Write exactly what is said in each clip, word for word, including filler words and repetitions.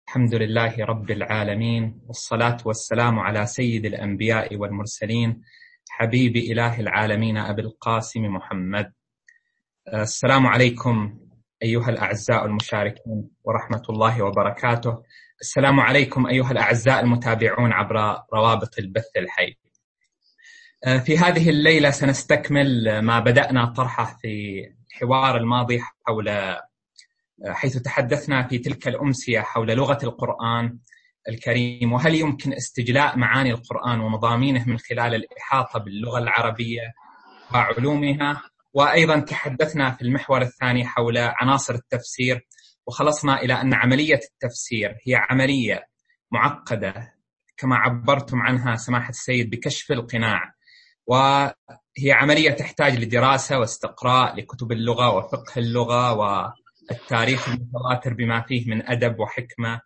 الحمد لله رب العالمين، والصلاة والسلام على سيد الأنبياء والمرسلين، حبيب إله العالمين أبي القاسم محمد. السلام عليكم أيها الأعزاء المشاركين ورحمة الله وبركاته. السلام عليكم أيها الأعزاء المتابعون عبر روابط البث الحي. في هذه الليلة سنستكمل ما بدأنا طرحه في الحوار الماضي حول حيث تحدثنا في تلك الأمسية حول لغة القرآن الكريم، وهل يمكن استجلاء معاني القرآن ومضامينه من خلال الإحاطة باللغة العربية وعلومها. وأيضا تحدثنا في المحور الثاني حول عناصر التفسير، وخلصنا إلى أن عملية التفسير هي عملية معقدة كما عبرتم عنها سماحة السيد بكشف القناع، وهي عملية تحتاج لدراسة واستقراء لكتب اللغة وفقه اللغة و التاريخ المتواتر بما فيه من أدب وحكمة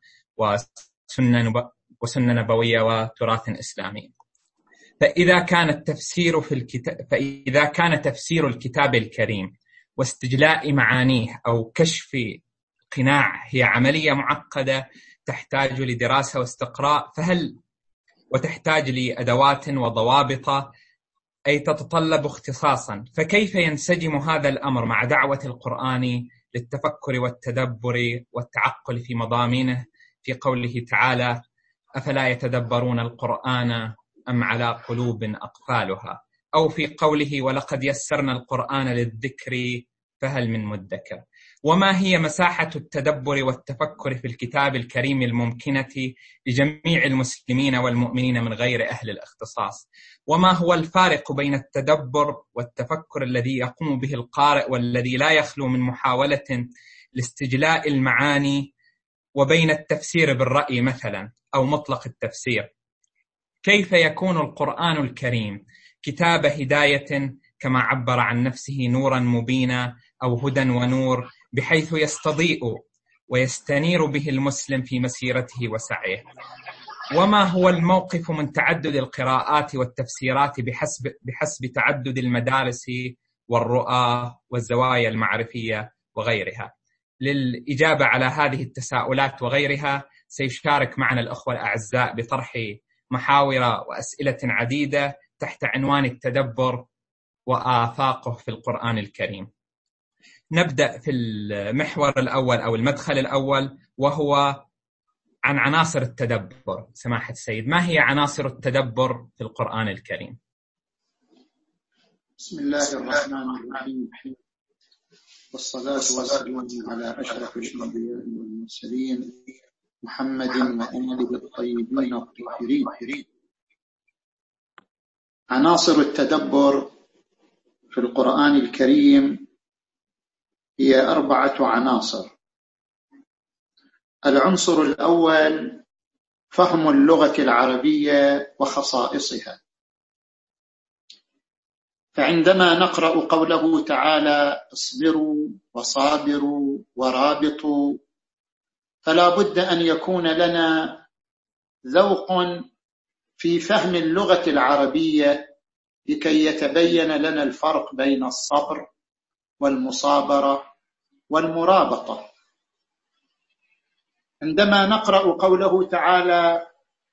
وسنة وسنة نبوية وتراث إسلامي. فإذا كان التفسير في الكتاب فإذا كان تفسير الكتاب الكريم واستجلاء معانيه أو كشف قناع هي عملية معقدة تحتاج لدراسة واستقراء، فهل وتحتاج لأدوات وضوابط أي تتطلب اختصاصا، فكيف ينسجم هذا الأمر مع دعوة القرآن للتفكر والتدبر والتعقل في مضامينه في قوله تعالى: أفلا يتدبرون القرآن أم على قلوب أقفالها، أو في قوله: ولقد يسرنا القرآن للذكر فهل من مدكر. وما هي مساحة التدبر والتفكر في الكتاب الكريم الممكنة لجميع المسلمين والمؤمنين من غير أهل الاختصاص؟ وما هو الفارق بين التدبر والتفكر الذي يقوم به القارئ والذي لا يخلو من محاولة لاستجلاء المعاني وبين التفسير بالرأي مثلا أو مطلق التفسير؟ كيف يكون القرآن الكريم كتاب هداية كما عبر عن نفسه نورا مبينا أو هدى ونور، بحيث يستضيء ويستنير به المسلم في مسيرته وسعيه؟ وما هو الموقف من تعدد القراءات والتفسيرات بحسب, بحسب تعدد المدارس والرؤى والزوايا المعرفية وغيرها؟ للإجابة على هذه التساؤلات وغيرها سيشارك معنا الأخوة الأعزاء بطرح محاور وأسئلة عديدة تحت عنوان التدبر وآفاقه في القرآن الكريم. نبدأ في المحور الأول أو المدخل الأول، وهو عن عناصر التدبر. سماحة السيد، ما هي عناصر التدبر في القرآن الكريم؟ بسم الله الرحمن الرحيم، والصلاة والسلام على أشرف الأنبياء والمرسلين محمد وآله الطيبين الطاهرين. عناصر التدبر في القرآن الكريم هي أربعة عناصر. العنصر الأول فهم اللغة العربية وخصائصها، فعندما نقرأ قوله تعالى: اصبروا وصابروا ورابطوا، فلا بد أن يكون لنا ذوق في فهم اللغة العربية لكي يتبين لنا الفرق بين الصبر والمصابرة والمرابطة. عندما نقرأ قوله تعالى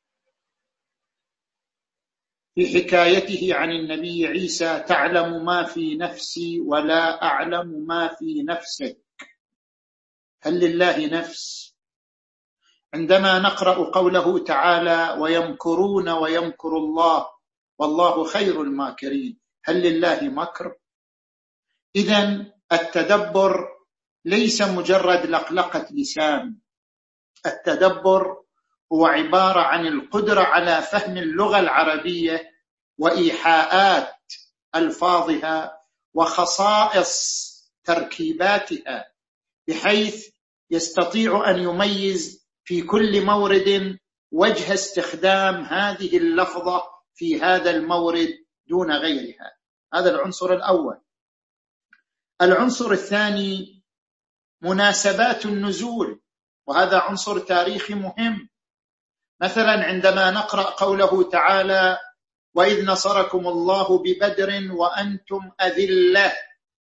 في حكايته عن النبي عيسى: تعلم ما في نفسي ولا أعلم ما في نفسك، هل لله نفس؟ عندما نقرأ قوله تعالى: ويمكرون ويمكر الله والله خير الماكرين، هل لله مكر؟ إذن التدبر ليس مجرد لقلقة لسان، التدبر هو عبارة عن القدرة على فهم اللغة العربية وإيحاءات ألفاظها وخصائص تركيباتها، بحيث يستطيع أن يميز في كل مورد وجه استخدام هذه اللفظة في هذا المورد دون غيرها. هذا العنصر الأول. العنصر الثاني مناسبات النزول، وهذا عنصر تاريخي مهم. مثلا عندما نقرأ قوله تعالى: وإذ نصركم الله ببدر وأنتم أذلة،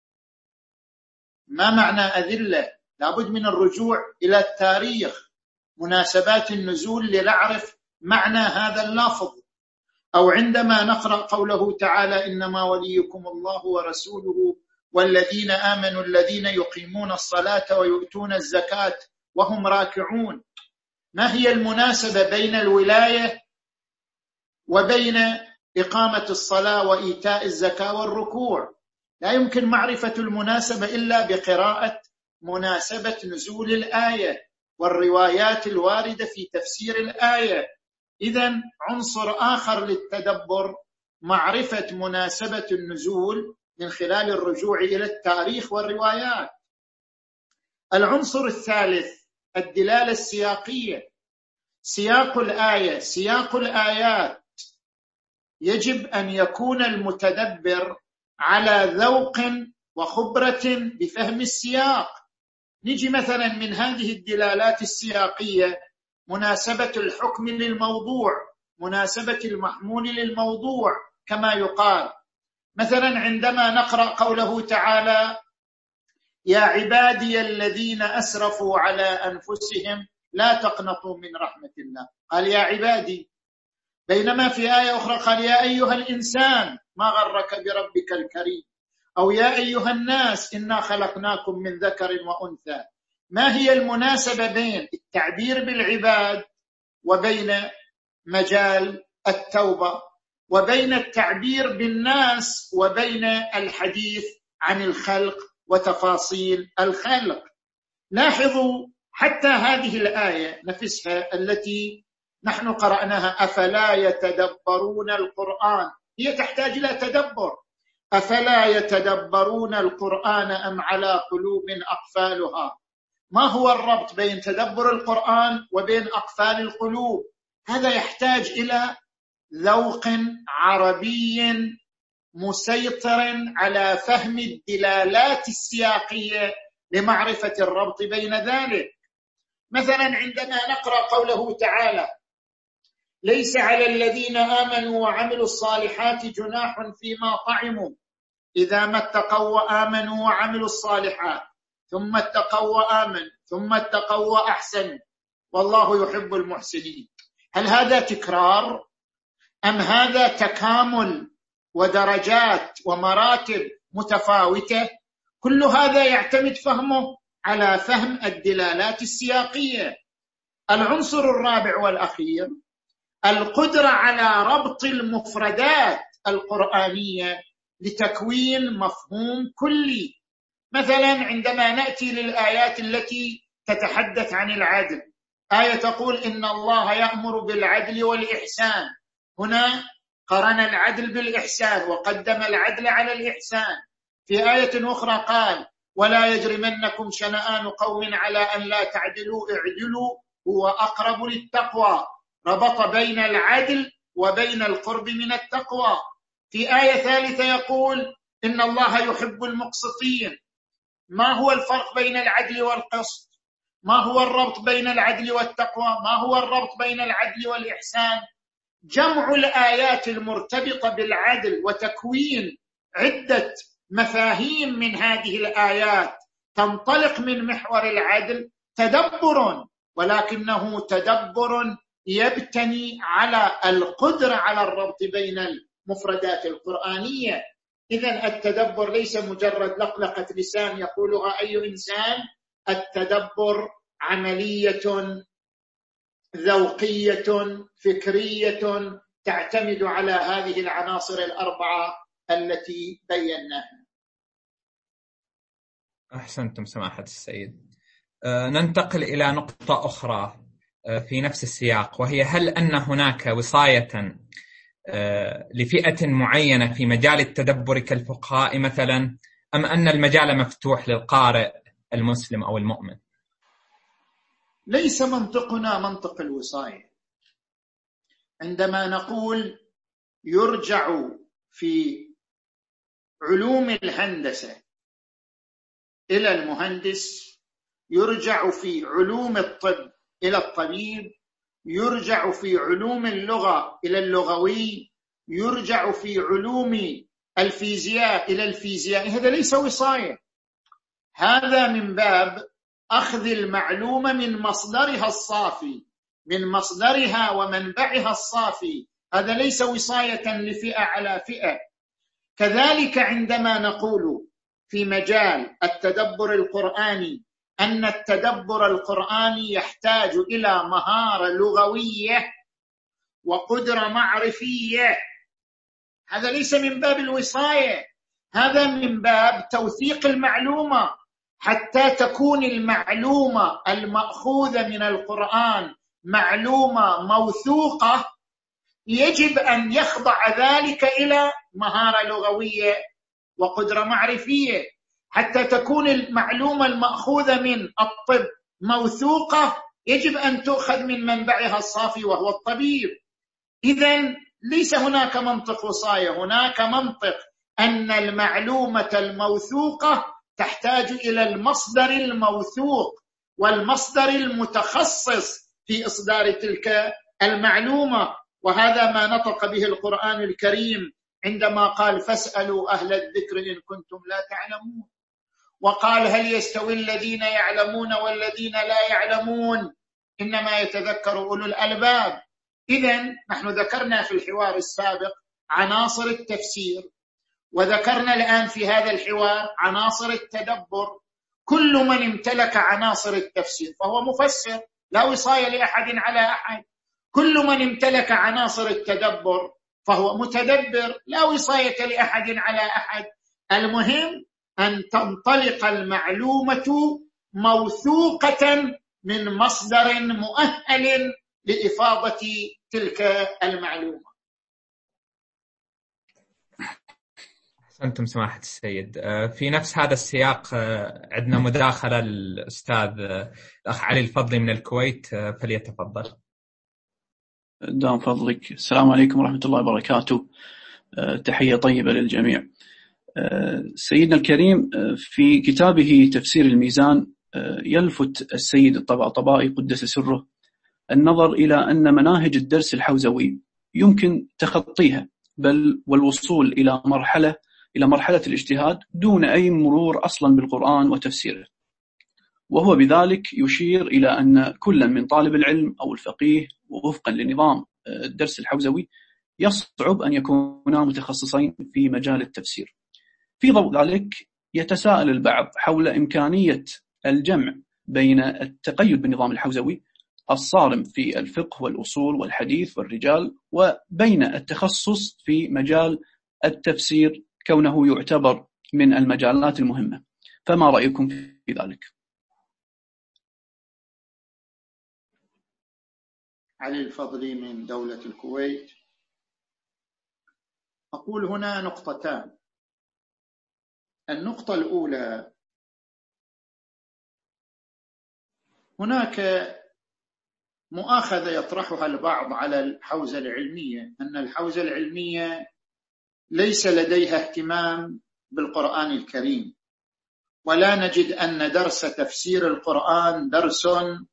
ما معنى أذلة؟ لابد من الرجوع إلى التاريخ. مناسبات النزول لنعرف معنى هذا اللفظ. أو عندما نقرأ قوله تعالى إنما وليكم الله ورسوله والذين آمنوا الذين يقيمون الصلاة ويؤتون الزكاة وهم راكعون، ما هي المناسبة بين الولاية وبين إقامة الصلاة وإيتاء الزكاة والركوع؟ لا يمكن معرفة المناسبة إلا بقراءة مناسبة نزول الآية والروايات الواردة في تفسير الآية. إذن عنصر آخر للتدبر معرفة مناسبة النزول من خلال الرجوع إلى التاريخ والروايات. العنصر الثالث الدلالة السياقية، سياق الآية، سياق الآيات. يجب أن يكون المتدبر على ذوق وخبرة بفهم السياق. نجي مثلا من هذه الدلالات السياقية مناسبة الحكم للموضوع، مناسبة المحمول للموضوع كما يقال. مثلا عندما نقرأ قوله تعالى يا عبادي الذين أسرفوا على أنفسهم لا تقنطوا من رحمة الله، قال يا عبادي، بينما في آية أخرى قال يا أيها الإنسان ما غرك بربك الكريم، أو يا أيها الناس إنا خلقناكم من ذكر وأنثى. ما هي المناسبة بين التعبير بالعباد وبين مجال التوبة، وبين التعبير بالناس وبين الحديث عن الخلق وتفاصيل الخلق؟ لاحظوا حتى هذه الآية نفسها التي نحن قرأناها أفلا يتدبرون القرآن، هي تحتاج إلى تدبر. أفلا يتدبرون القرآن أم على قلوب أقفالها؟ ما هو الربط بين تدبر القرآن وبين أقفال القلوب؟ هذا يحتاج إلى ذوق عربي مسيطر على فهم الدلالات السياقية لمعرفة الربط بين ذلك. مثلا عندما نقرأ قوله تعالى ليس على الذين آمنوا وعملوا الصالحات جناح فيما طعموا إذا ما اتقوا وآمنوا وعملوا الصالحات ثم اتقوا وآمنوا ثم اتقوا وأحسنوا والله يحب المحسنين. هل هذا تكرار أم هذا تكامل ودرجات ومراتب متفاوتة؟ كل هذا يعتمد فهمه على فهم الدلالات السياقية. العنصر الرابع والأخير القدرة على ربط المفردات القرآنية لتكوين مفهوم كلي. مثلا عندما نأتي للآيات التي تتحدث عن العدل، آية تقول إن الله يأمر بالعدل والإحسان، هنا قرن العدل بالإحسان وقدم العدل على الإحسان. في آية أخرى قال ولا يجرمنكم شنآن قوم على أن لا تعدلوا اعدلوا هو أقرب للتقوى، ربط بين العدل وبين القرب من التقوى. في آية ثالثة يقول إن الله يحب المقسطين. ما هو الفرق بين العدل والقسط؟ ما هو الربط بين العدل والتقوى؟ ما هو الربط بين العدل والإحسان؟ جمع الآيات المرتبطة بالعدل وتكوين عدة مفاهيم من هذه الآيات تنطلق من محور العدل تدبر، ولكنه تدبر يبتني على القدرة على الربط بين المفردات القرآنية. إذن التدبر ليس مجرد لقلقة لسان يقولها أي إنسان، التدبر عملية ذوقية فكرية تعتمد على هذه العناصر الأربعة التي بيناها. أحسنتم سماحة السيد. أه ننتقل إلى نقطة أخرى أه في نفس السياق، وهي هل أن هناك وصاية أه لفئة معينة في مجال التدبر كالفقهاء مثلا، أم أن المجال مفتوح للقارئ المسلم أو المؤمن؟ ليس منطقنا منطق الوصاية. عندما نقول يرجع في علوم الهندسة إلى المهندس، يرجع في علوم الطب إلى الطبيب، يرجع في علوم اللغة إلى اللغوي، يرجع في علوم الفيزياء إلى الفيزياء، هذا ليس وصاية. هذا من باب أخذ المعلومة من مصدرها الصافي، من مصدرها ومنبعها الصافي. هذا ليس وصاية لفئة على فئة. كذلك عندما نقول في مجال التدبر القرآني أن التدبر القرآني يحتاج إلى مهارة لغوية وقدرة معرفية، هذا ليس من باب الوصاية، هذا من باب توثيق المعلومة. حتى تكون المعلومة المأخوذة من القرآن معلومة موثوقة، يجب أن يخضع ذلك إلى مهارة لغوية وقدرة معرفية. حتى تكون المعلومة المأخوذة من الطب موثوقة، يجب أن تؤخذ من منبعها الصافي وهو الطبيب. إذن ليس هناك منطق وصاية، هناك منطق أن المعلومة الموثوقة تحتاج إلى المصدر الموثوق والمصدر المتخصص في إصدار تلك المعلومة. وهذا ما نطق به القرآن الكريم عندما قال فاسألوا أهل الذكر إن كنتم لا تعلمون، وقال هل يستوي الذين يعلمون والذين لا يعلمون، إنما يتذكر أولو الألباب. إذن نحن ذكرنا في الحوار السابق عناصر التفسير، وذكرنا الآن في هذا الحوار عناصر التدبر. كل من امتلك عناصر التفسير فهو مفسر، لا وصاية لأحد على أحد. كل من امتلك عناصر التدبر فهو متدبر، لا وصاية لأحد على أحد. المهم أن تنطلق المعلومة موثوقة من مصدر مؤهل لإفاضة تلك المعلومة. أحسنتم سماحة السيد. في نفس هذا السياق عندنا مداخلة الأستاذ الأخ علي الفضلي من الكويت، فليتفضل. دام فضلك. السلام عليكم ورحمة الله وبركاته. تحية طيبة للجميع. سيدنا الكريم في كتابه تفسير الميزان يلفت السيد الطباطبائي قدس سره النظر إلى أن مناهج الدرس الحوزوي يمكن تخطيها، بل والوصول إلى مرحلة إلى مرحلة الاجتهاد دون أي مرور أصلا بالقرآن وتفسيره. وهو بذلك يشير إلى أن كل من طالب العلم أو الفقيه وفقا لنظام الدرس الحوزوي يصعب أن يكونا متخصصين في مجال التفسير. في ضوء ذلك يتساءل البعض حول إمكانية الجمع بين التقيد بالنظام الحوزوي الصارم في الفقه والأصول والحديث والرجال وبين التخصص في مجال التفسير كونه يعتبر من المجالات المهمة. فما رأيكم في ذلك؟ علي الفضلي من دولة الكويت. أقول هنا نقطتان. النقطة الأولى، هناك مؤاخذة يطرحها البعض على الحوزة العلمية، أن الحوزة العلمية ليس لديها اهتمام بالقرآن الكريم، ولا نجد أن درس تفسير القرآن درس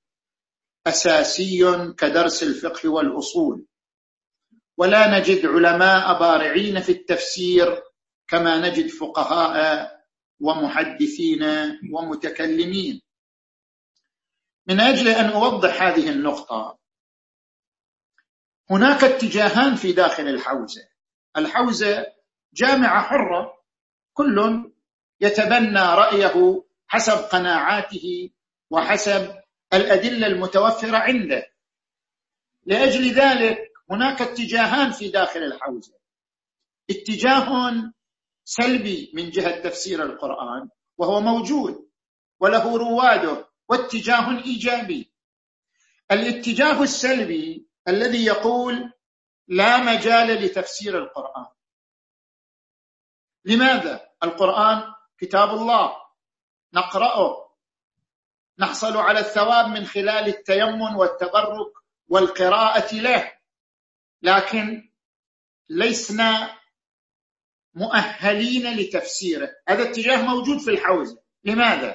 أساسي كدرس الفقه والأصول، ولا نجد علماء بارعين في التفسير كما نجد فقهاء ومحدثين ومتكلمين. من أجل أن أوضح هذه النقطة، هناك اتجاهان في داخل الحوزة. الحوزة جامعة حرة، كل يتبنى رأيه حسب قناعاته وحسب الأدلة المتوفرة عنده. لأجل ذلك هناك اتجاهان في داخل الحوزة، اتجاه سلبي من جهة تفسير القرآن وهو موجود وله رواده، واتجاه إيجابي. الاتجاه السلبي الذي يقول لا مجال لتفسير القرآن. لماذا؟ القرآن كتاب الله، نقرأه، نحصل على الثواب من خلال التيمم والتبرك والقراءة له، لكن لسنا مؤهلين لتفسيره. هذا اتجاه موجود في الحوزة. لماذا؟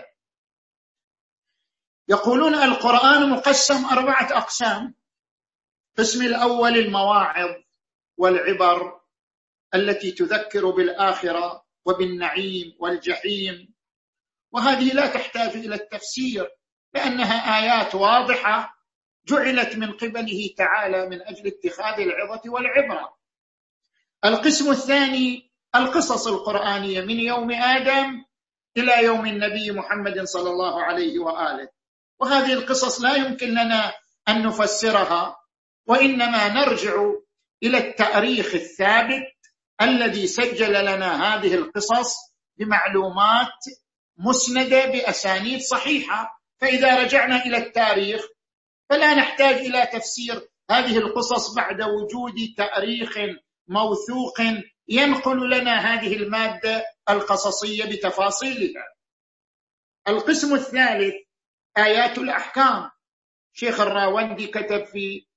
يقولون القرآن مقسم أربعة أقسام. القسم الأول المواعظ والعبر التي تذكر بالآخرة وبالنعيم والجحيم، وهذه لا تحتاج إلى التفسير، لأنها آيات واضحة جعلت من قبله تعالى من أجل اتخاذ العظة والعبرة. القسم الثاني القصص القرآنية من يوم آدم إلى يوم النبي محمد صلى الله عليه وآله، وهذه القصص لا يمكن لنا أن نفسرها، وإنما نرجع إلى التاريخ الثابت الذي سجل لنا هذه القصص بمعلومات مسندة بأسانيد صحيحة. فإذا رجعنا إلى التاريخ فلا نحتاج إلى تفسير هذه القصص بعد وجود تاريخ موثوق ينقل لنا هذه المادة القصصية بتفاصيلها. القسم الثالث آيات الأحكام. شيخ الراوندي كتب في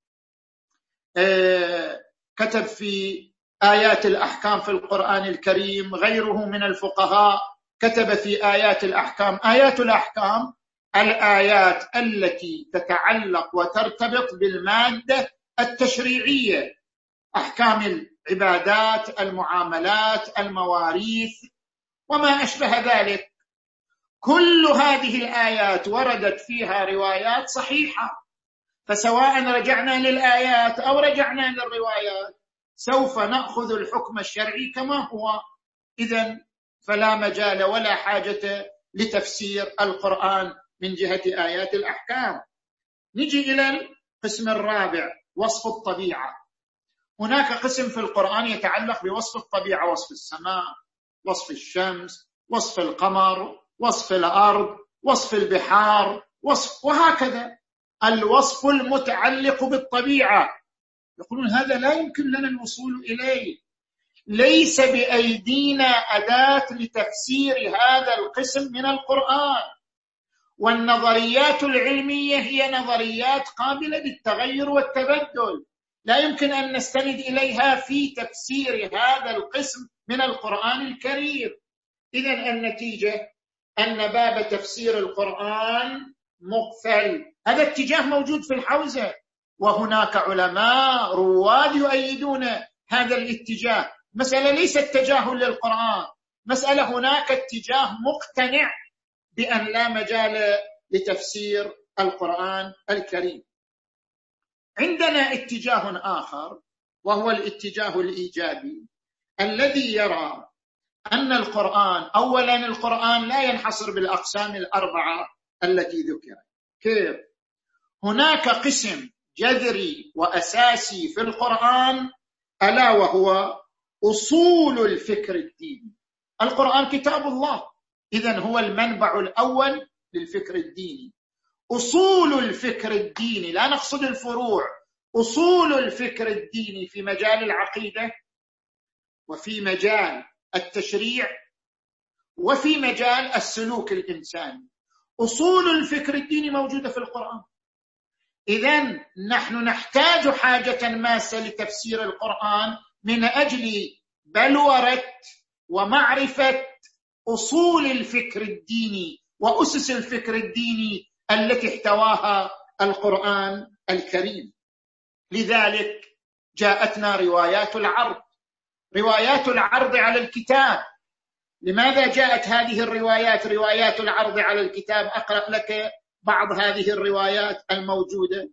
آه كتب في آيات الأحكام في القرآن الكريم، غيره من الفقهاء كتب في آيات الأحكام. آيات الأحكام الآيات التي تتعلق وترتبط بالمادة التشريعية، أحكام العبادات، المعاملات، المواريث وما أشبه ذلك. كل هذه الآيات وردت فيها روايات صحيحة، فسواء رجعنا للآيات أو رجعنا للروايات سوف نأخذ الحكم الشرعي كما هو. إذن فلا مجال ولا حاجة لتفسير القرآن من جهة آيات الأحكام. نجي إلى القسم الرابع وصف الطبيعة. هناك قسم في القرآن يتعلق بوصف الطبيعة، وصف السماء، وصف الشمس، وصف القمر، وصف الأرض، وصف البحار، وصف وهكذا. الوصف المتعلق بالطبيعة يقولون هذا لا يمكن لنا الوصول إليه، ليس بأيدينا أداة لتفسير هذا القسم من القرآن. والنظريات العلمية هي نظريات قابلة للتغير والتبدل، لا يمكن أن نستند إليها في تفسير هذا القسم من القرآن الكريم. إذن النتيجة أن باب تفسير القرآن مقفل. هذا اتجاه موجود في الحوزة، وهناك علماء رواد يؤيدون هذا الاتجاه. مسألة ليست تجاهل للقرآن، مسألة هناك اتجاه مقتنع بأن لا مجال لتفسير القرآن الكريم. عندنا اتجاه آخر وهو الاتجاه الإيجابي الذي يرى أن القرآن أولا القرآن لا ينحصر بالأقسام الأربعة التي ذكرت. كيف؟ هناك قسم جذري وأساسي في القرآن ألا وهو أصول الفكر الديني. القرآن كتاب الله، إذن هو المنبع الأول للفكر الديني. أصول الفكر الديني، لا نقصد الفروع، أصول الفكر الديني في مجال العقيدة وفي مجال التشريع وفي مجال السلوك الإنساني. أصول الفكر الديني موجودة في القرآن. إذن نحن نحتاج حاجة ماسة لتفسير القرآن من أجل بلورة ومعرفة أصول الفكر الديني وأسس الفكر الديني التي احتواها القرآن الكريم. لذلك جاءتنا روايات العرض، روايات العرض على الكتاب. لماذا جاءت هذه الروايات روايات العرض على الكتاب؟ أقرأ لك بعض هذه الروايات الموجودة.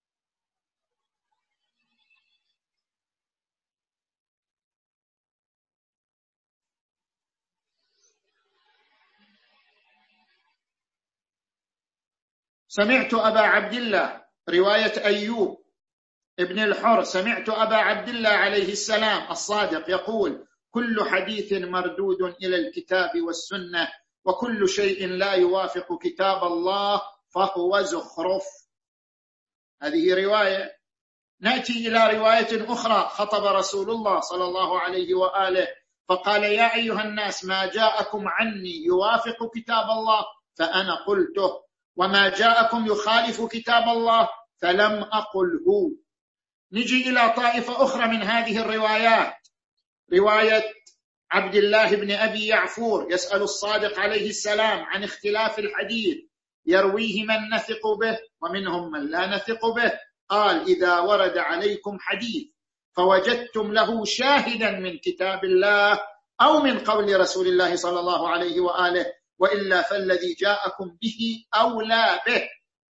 سمعت أبا عبد الله، رواية أيوب ابن الحر، سمعت أبا عبد الله عليه السلام الصادق يقول: كل حديث مردود إلى الكتاب والسنة، وكل شيء لا يوافق كتاب الله فهو زخرف. هذه رواية. نأتي إلى رواية أخرى: خطب رسول الله صلى الله عليه وآله فقال: يا أيها الناس، ما جاءكم عني يوافق كتاب الله فأنا قلته، وما جاءكم يخالف كتاب الله فلم أقله. نجي إلى طائفة أخرى من هذه الروايات، رواية عبد الله بن أبي يعفور يسأل الصادق عليه السلام عن اختلاف الحديث، يرويه من نثق به ومنهم من لا نثق به. قال: إذا ورد عليكم حديث فوجدتم له شاهدا من كتاب الله أو من قول رسول الله صلى الله عليه وآله وإلا فالذي جاءكم به أولى به.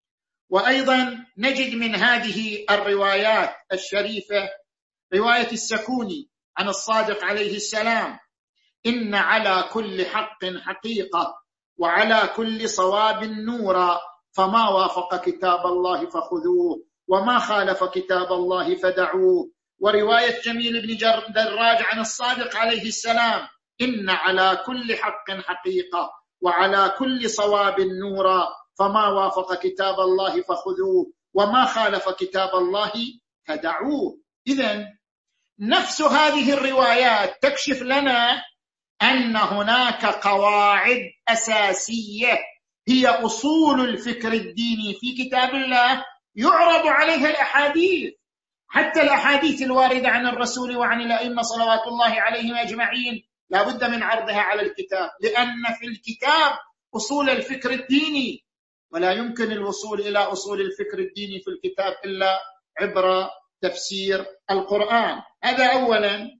وأيضا نجد من هذه الروايات الشريفة رواية السكوني عن الصادق عليه السلام: إن على كل حق حقيقة وعلى كل صواب نورا، فما وافق كتاب الله فخذوه وما خالف كتاب الله فدعوه. ورواية جميل بن دراج عن الصادق عليه السلام: إن على كل حق حقيقة وعلى كل صواب نورا، فما وافق كتاب الله فخذوه وما خالف كتاب الله فدعوه. إذن نفس هذه الروايات تكشف لنا أن هناك قواعد أساسية هي أصول الفكر الديني في كتاب الله يعرض عليها الأحاديث، حتى الأحاديث الواردة عن الرسول وعن الأئمة صلوات الله عليهم أجمعين لا بد من عرضها على الكتاب، لأن في الكتاب أصول الفكر الديني، ولا يمكن الوصول إلى أصول الفكر الديني في الكتاب إلا عبر تفسير القرآن. هذا أولا.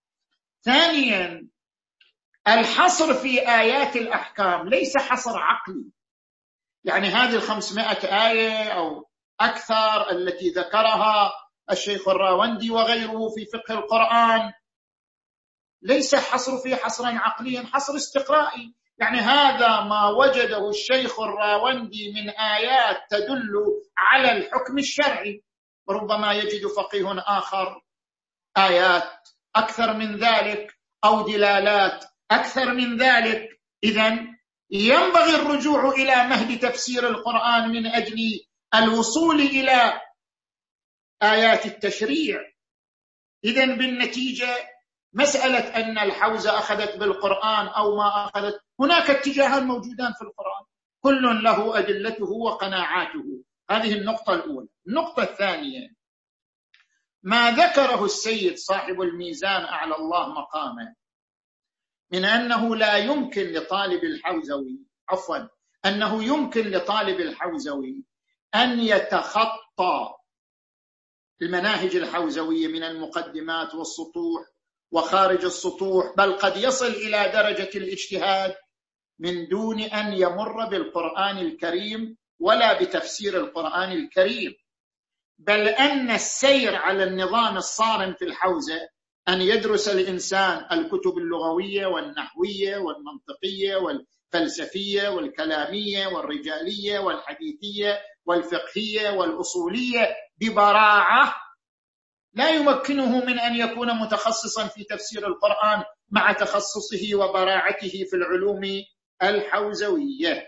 ثانيا، الحصر في آيات الأحكام ليس حصر عقلي، يعني هذه الخمسمائة آية أو أكثر التي ذكرها الشيخ الراوندي وغيره في فقه القرآن ليس حصر فيه حصرا عقليا، حصر استقرائي. يعني هذا ما وجده الشيخ الراوندي من آيات تدل على الحكم الشرعي، وربما يجد فقيه آخر آيات أكثر من ذلك أو دلالات أكثر من ذلك. إذن ينبغي الرجوع إلى مهد تفسير القرآن من أجل الوصول إلى آيات التشريع. إذن بالنتيجة مسألة أن الحوزة أخذت بالقرآن أو ما أخذت، هناك اتجاهان موجودان في القرآن، كل له أدلته وقناعاته. هذه النقطة الأولى. النقطة الثانية، ما ذكره السيد صاحب الميزان أعلى الله مقامه من أنه لا يمكن لطالب الحوزوي عفوا أنه يمكن لطالب الحوزوي أن يتخطى المناهج الحوزوية من المقدمات والسطوح وخارج السطوح، بل قد يصل إلى درجة الاجتهاد من دون أن يمر بالقرآن الكريم ولا بتفسير القرآن الكريم، بل أن السير على النظام الصارم في الحوزة أن يدرس الإنسان الكتب اللغوية والنحوية والمنطقية والفلسفية والكلامية والرجالية والحديثية والفقهية والأصولية ببراعة، لا يمكنه من أن يكون متخصصا في تفسير القرآن مع تخصصه وبراعته في العلوم الحوزوية.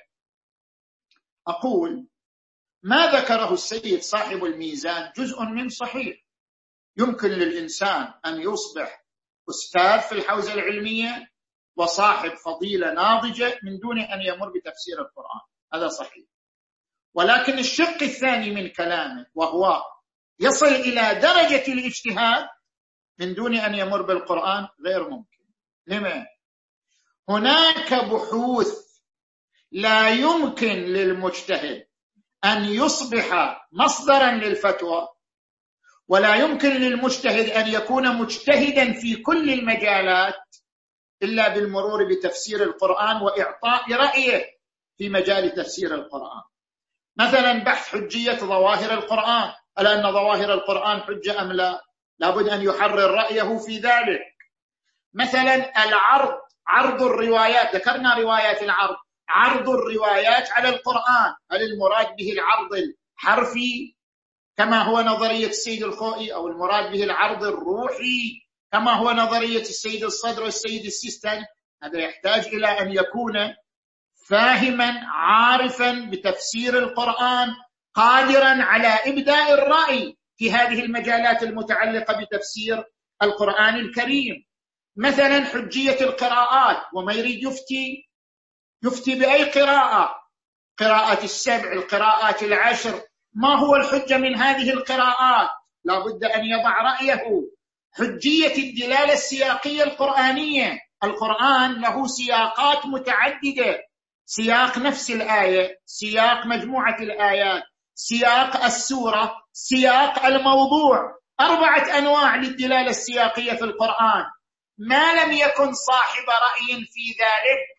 أقول ما ذكره السيد صاحب الميزان جزء من صحيح، يمكن للإنسان أن يصبح أستاذ في الحوزة العلمية وصاحب فضيلة ناضجة من دون أن يمر بتفسير القرآن، هذا صحيح. ولكن الشق الثاني من كلامه وهو يصل إلى درجة الاجتهاد من دون أن يمر بالقرآن غير ممكن. لما؟ هناك بحوث لا يمكن للمجتهد أن يصبح مصدرا للفتوى، ولا يمكن للمجتهد أن يكون مجتهدا في كل المجالات إلا بالمرور بتفسير القرآن وإعطاء رأيه في مجال تفسير القرآن. مثلا بحث حجية ظواهر القرآن، ألا أن ظواهر القرآن حجة أم لا؟ لابد أن يحرر رأيه في ذلك. مثلا العرض، عرض الروايات، ذكرنا روايات العرض، عرض الروايات على القرآن، هل المراد به العرض الحرفي كما هو نظرية السيد الخوئي، أو المراد به العرض الروحي كما هو نظرية السيد الصدر والسيد السيستاني؟ هذا يحتاج إلى أن يكون فاهما عارفا بتفسير القرآن، قادرا على إبداء الرأي في هذه المجالات المتعلقة بتفسير القرآن الكريم. مثلا حجية القراءات، وما يريد يفتي يفتي بأي قراءة، قراءة السبع، القراءات العشر، ما هو الحجة من هذه القراءات؟ لا بد أن يضع رأيه. حجية الدلالة السياقية القرآنية، القرآن له سياقات متعددة، سياق نفس الآية، سياق مجموعة الآيات، سياق السورة، سياق الموضوع، أربعة أنواع للدلالة السياقية في القرآن. ما لم يكن صاحب رأي في ذلك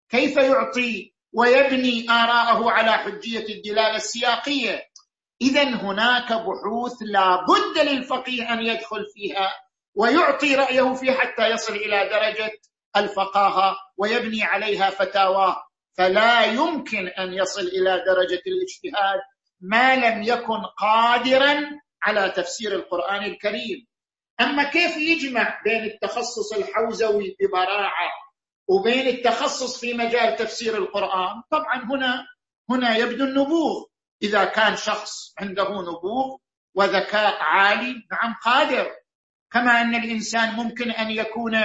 كيف يعطي ويبني آراءه على حجية الدلالة السياقية؟ إذن هناك بحوث لا بد للفقيه أن يدخل فيها ويعطي رأيه فيه حتى يصل إلى درجة الفقاهة ويبني عليها فتاواه، فلا يمكن أن يصل إلى درجة الاجتهاد ما لم يكن قادرا على تفسير القرآن الكريم. أما كيف يجمع بين التخصص الحوزوي ببراعة وبين التخصص في مجال تفسير القرآن؟ طبعا هنا هنا يبدو النبوغ. إذا كان شخص عنده نبوغ وذكاء عالي، نعم قادر، كما أن الإنسان ممكن أن يكون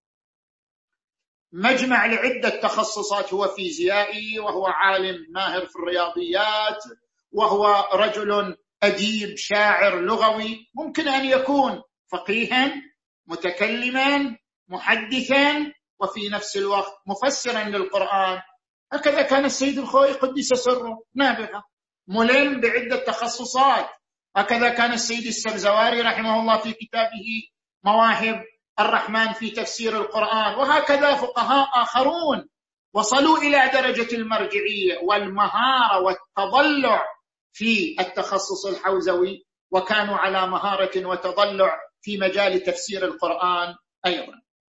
مجمع لعدة تخصصات، هو فيزيائي وهو عالم ماهر في الرياضيات وهو رجل أديب شاعر لغوي، ممكن أن يكون فقيها متكلما محدثا وفي نفس الوقت مفسرا للقرآن. هكذا كان السيد الخوئي قدس سره، نابغة ملم بعدة تخصصات. هكذا كان السيد السبزواري رحمه الله في كتابه مواهب الرحمن في تفسير القرآن. وهكذا فقهاء آخرون وصلوا إلى درجة المرجعية والمهارة والتضلع في التخصص الحوزوي، وكانوا على مهارة وتضلع في مجال تفسير القرآن أيضا.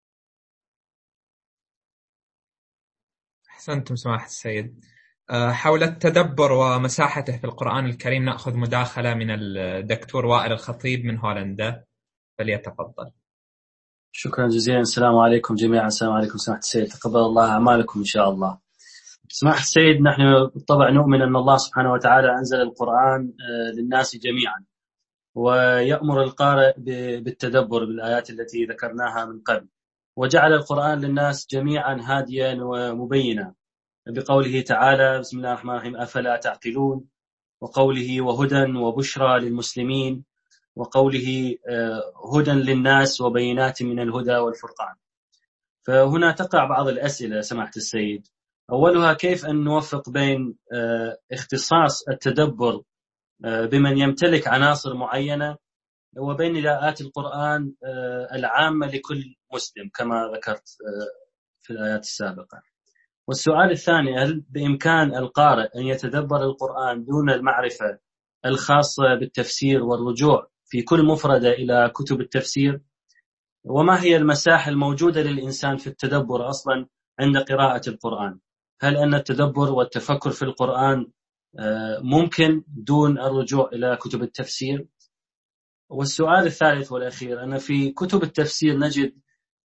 أحسنتم سماحة السيد. حول التدبر ومساحته في القرآن الكريم نأخذ مداخلة من الدكتور وائل الخطيب من هولندا، فليتفضل. شكرا جزيلا. السلام عليكم جميعا. السلام عليكم سماحة السيد، تقبل الله أعمالكم إن شاء الله. سماحة السيد، نحن بالطبع نؤمن أن الله سبحانه وتعالى أنزل القرآن للناس جميعا، ويأمر القارئ بالتدبر بالآيات التي ذكرناها من قبل، وجعل القرآن للناس جميعا هاديا ومبينا بقوله تعالى بسم الله الرحمن الرحيم أفلا تعقلون، وقوله وهدى وبشرى للمسلمين، وقوله هدى للناس وبينات من الهدى والفرقان. فهنا تقع بعض الأسئلة سماحة السيد. أولها كيف أن نوفق بين اختصاص التدبر بمن يمتلك عناصر معينة وبين آيات القرآن العامة لكل مسلم كما ذكرت في الآيات السابقة. والسؤال الثاني، هل بإمكان القارئ أن يتدبر القرآن دون المعرفة الخاصة بالتفسير والرجوع في كل مفردة إلى كتب التفسير؟ وما هي المساحة الموجودة للإنسان في التدبر أصلا عند قراءة القرآن؟ هل أن التدبر والتفكر في القرآن ممكن دون الرجوع إلى كتب التفسير؟ والسؤال الثالث والأخير، أن في كتب التفسير نجد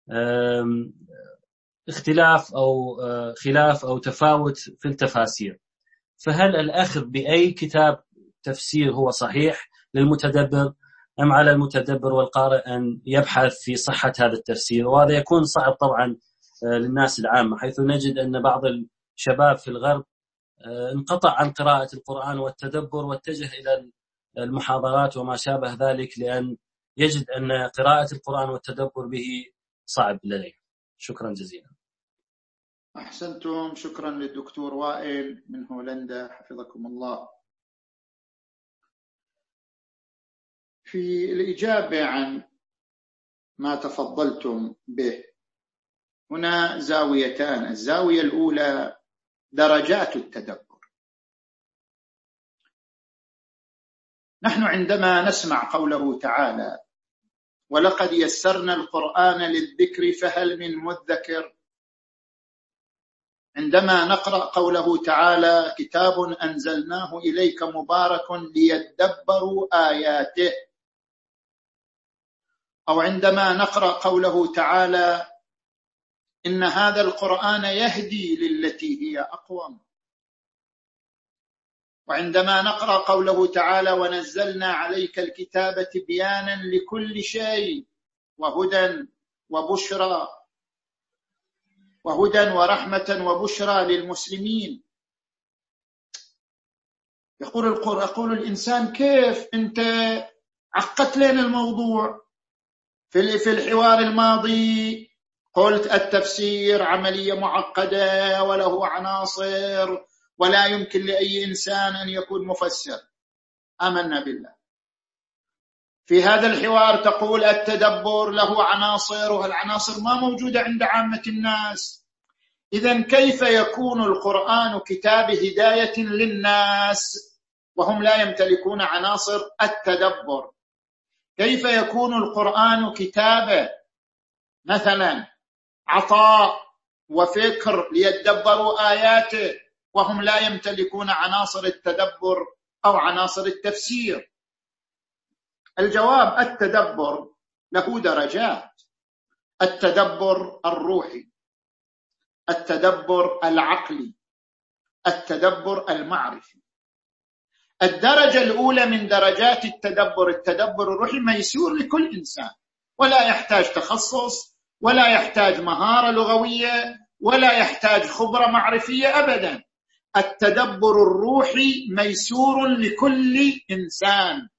اختلاف أو خلاف أو تفاوت في التفاسير، فهل الأخذ بأي كتاب تفسير هو صحيح للمتدبر، أم على المتدبر والقارئ أن يبحث في صحة هذا التفسير؟ وهذا يكون صعب طبعا للناس العامة، حيث نجد أن بعض الشباب في الغرب انقطع عن قراءة القرآن والتدبر واتجه إلى المحاضرات وما شابه ذلك، لأن يجد أن قراءة القرآن والتدبر به صعب لديه. شكرا جزيلا. أحسنتم. شكرا للدكتور وائل من هولندا، حفظكم الله. في الإجابة عن ما تفضلتم به، هنا زاويتان. الزاوية الأولى درجات التدبر. نحن عندما نسمع قوله تعالى ولقد يسرنا القرآن للذكر فهل من مدكر، عندما نقرأ قوله تعالى كتاب أنزلناه إليك مبارك ليدبروا آياته، أو عندما نقرأ قوله تعالى إن هذا القرآن يهدي للتي هي أقوم، وعندما نقرأ قوله تعالى ونزلنا عليك الكتاب تبيانا لكل شيء وهدى وبشرى وهدى ورحمة وبشرى للمسلمين. يقول القرآن، يقول الإنسان كيف أنت عقدت لنا الموضوع؟ في الحوار الماضي قلت التفسير عملية معقدة وله عناصر ولا يمكن لأي إنسان أن يكون مفسر، آمنا بالله. في هذا الحوار تقول التدبر له عناصر، وهالعناصر ما موجودة عند عامة الناس. إذن كيف يكون القرآن كتاب هداية للناس وهم لا يمتلكون عناصر التدبر؟ كيف يكون القرآن كتاب مثلا عطاء وفكر ليتدبروا آياته وهم لا يمتلكون عناصر التدبر أو عناصر التفسير؟ الجواب: التدبر له درجات: التدبر الروحي، التدبر العقلي، التدبر المعرفي. الدرجة الأولى من درجات التدبر، التدبر الروحي، ميسور لكل إنسان، ولا يحتاج تخصص، ولا يحتاج مهارة لغوية، ولا يحتاج خبرة معرفية أبدا. التدبر الروحي ميسور لكل إنسان.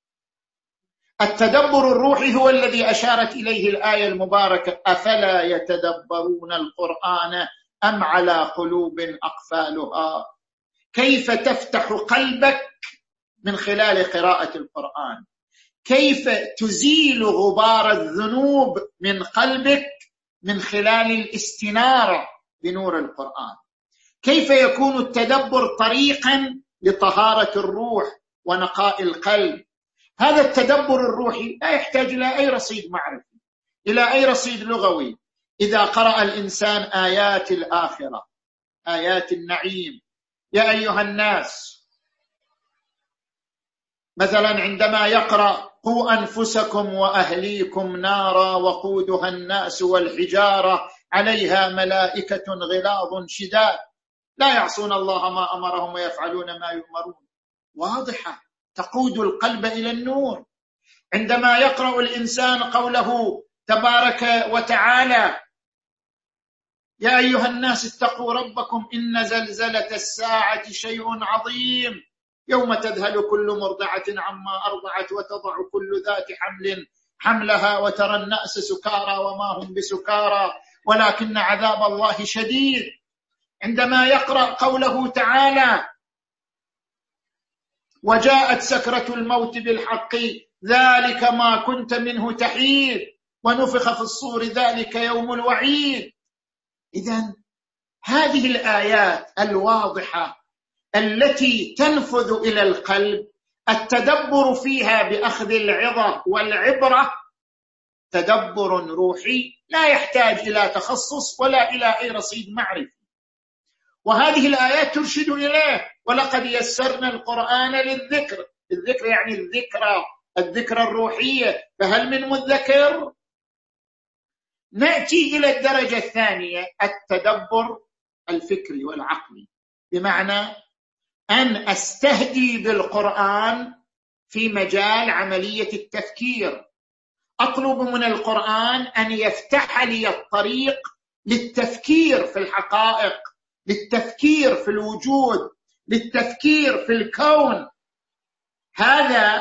التدبر الروحي هو الذي أشارت إليه الآية المباركة: أفلا يتدبرون القرآن أم على قلوب أقفالها. كيف تفتح قلبك من خلال قراءة القرآن؟ كيف تزيل غبار الذنوب من قلبك من خلال الاستنارة بنور القرآن؟ كيف يكون التدبر طريقا لطهارة الروح ونقاء القلب؟ هذا التدبر الروحي لا يحتاج إلى أي رصيد معرفي، إلى أي رصيد لغوي. إذا قرأ الإنسان آيات الآخرة، آيات النعيم: يا أيها الناس، مثلا عندما يقرأ: قوا أنفسكم وأهليكم نارا وقودها الناس والحجارة عليها ملائكة غلاظ شداد لا يعصون الله ما أمرهم ويفعلون ما يؤمرون، واضحة، تقود القلب إلى النور. عندما يقرأ الإنسان قوله تبارك وتعالى: يا أيها الناس اتقوا ربكم إن زلزلة الساعة شيء عظيم يوم تذهل كل مرضعة عما أرضعت وتضع كل ذات حمل حملها وترى الناس سكارى وما هم بسكارى ولكن عذاب الله شديد. عندما يقرأ قوله تعالى: وجاءت سكرة الموت بالحق ذلك ما كنت منه تحيد ونفخ في الصور ذلك يوم الوعيد. إذن هذه الآيات الواضحة التي تنفذ إلى القلب، التدبر فيها بأخذ العظة والعبرة تدبر روحي لا يحتاج إلى تخصص ولا إلى أي رصيد معرفي. وهذه الآيات ترشد إليه: ولقد يسرنا القرآن للذكر. الذكر يعني الذكرى، الذكرى الروحية، فهل من مذكر؟ نأتي إلى الدرجة الثانية: التدبر الفكري والعقلي، بمعنى أن أستهدي بالقرآن في مجال عملية التفكير. أطلب من القرآن أن يفتح لي الطريق للتفكير في الحقائق، للتفكير في الوجود، للتفكير في الكون. هذا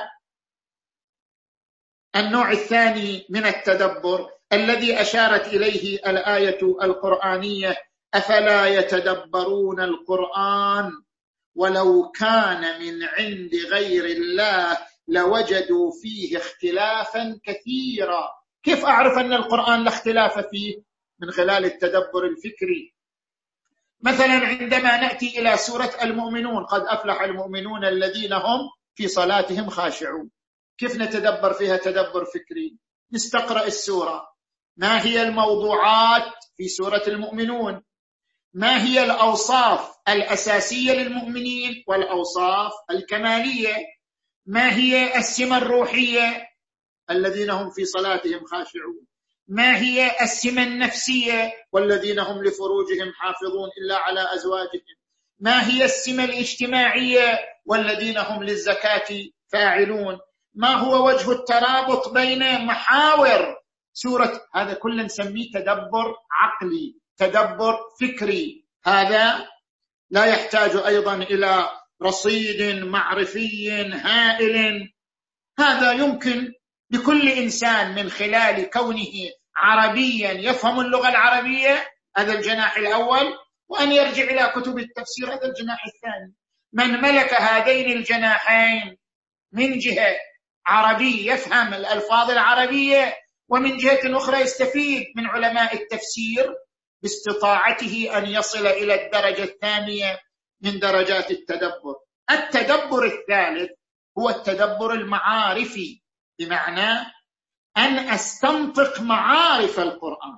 النوع الثاني من التدبر الذي أشارت إليه الآية القرآنية: أفلا يتدبرون القرآن ولو كان من عند غير الله لوجدوا فيه اختلافا كثيرا. كيف أعرف أن القرآن لا اختلاف فيه؟ من خلال التدبر الفكري. مثلا عندما نأتي إلى سورة المؤمنون: قد أفلح المؤمنون الذين هم في صلاتهم خاشعون. كيف نتدبر فيها تدبر فكري؟ نستقرأ السورة: ما هي الموضوعات في سورة المؤمنون؟ ما هي الأوصاف الأساسية للمؤمنين والأوصاف الكمالية؟ ما هي السمة الروحية؟ الذين هم في صلاتهم خاشعون. ما هي السمة النفسية؟ والذين هم لفروجهم حافظون إلا على أزواجهم. ما هي السمة الاجتماعية؟ والذين هم للزكاة فاعلون. ما هو وجه الترابط بين محاور سورة؟ هذا كله نسميه تدبر عقلي، تدبر فكري. هذا لا يحتاج أيضا إلى رصيد معرفي هائل. هذا يمكن لكل إنسان من خلال كونه عربيا يفهم اللغة العربية، هذا الجناح الأول، وأن يرجع إلى كتب التفسير، هذا الجناح الثاني. من ملك هذين الجناحين من جهة عربي يفهم الألفاظ العربية، ومن جهة أخرى يستفيد من علماء التفسير، باستطاعته أن يصل إلى الدرجة الثانية من درجات التدبر. التدبر الثالث هو التدبر المعارفي، بمعنى أن أستنطق معارف القرآن،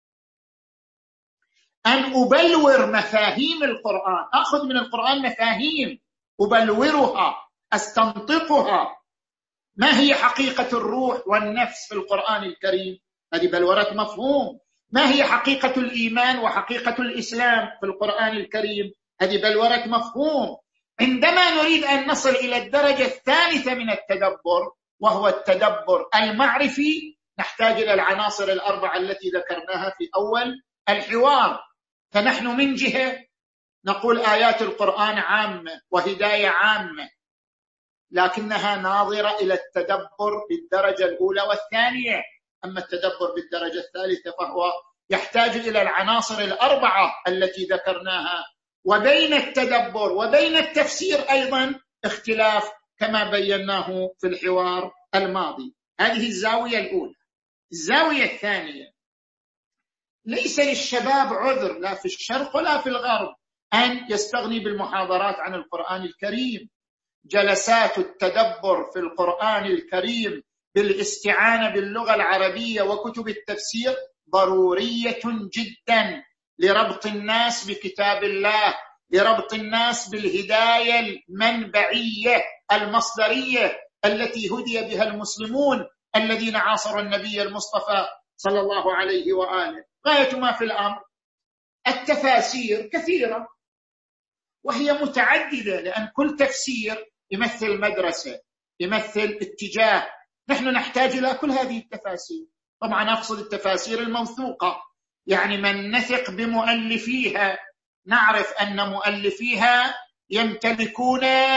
أن أبلور مفاهيم القرآن، أخذ من القرآن مفاهيم أبلورها أستنطقها. ما هي حقيقة الروح والنفس في القرآن الكريم؟ هذه بلورة مفهوم. ما هي حقيقة الإيمان وحقيقة الإسلام في القرآن الكريم؟ هذه بلورة مفهوم. عندما نريد أن نصل إلى الدرجة الثالثة من التدبر وهو التدبر المعرفي، نحتاج إلى العناصر الأربعة التي ذكرناها في أول الحوار. فنحن من جهة نقول آيات القرآن عامة وهداية عامة، لكنها ناظرة إلى التدبر بالدرجة الأولى والثانية. أما التدبر بالدرجة الثالثة فهو يحتاج إلى العناصر الأربعة التي ذكرناها. وبين التدبر وبين التفسير أيضا اختلاف كما بيناه في الحوار الماضي. هذه الزاوية الأولى. الزاوية الثانية، ليس للشباب عذر لا في الشرق ولا في الغرب أن يستغني بالمحاضرات عن القرآن الكريم. جلسات التدبر في القرآن الكريم بالاستعانة باللغة العربية وكتب التفسير ضرورية جدا لربط الناس بكتاب الله، لربط الناس بالهداية المنبعية المصدرية التي هدي بها المسلمون الذين عاصروا النبي المصطفى صلى الله عليه وآله. غاية ما في الأمر التفاسير كثيرة وهي متعددة، لأن كل تفسير يمثل مدرسة، يمثل اتجاه. نحن نحتاج إلى كل هذه التفاسير. طبعا أقصد التفاسير الموثوقة، يعني من نثق بمؤلفيها، نعرف أن مؤلفيها يمتلكون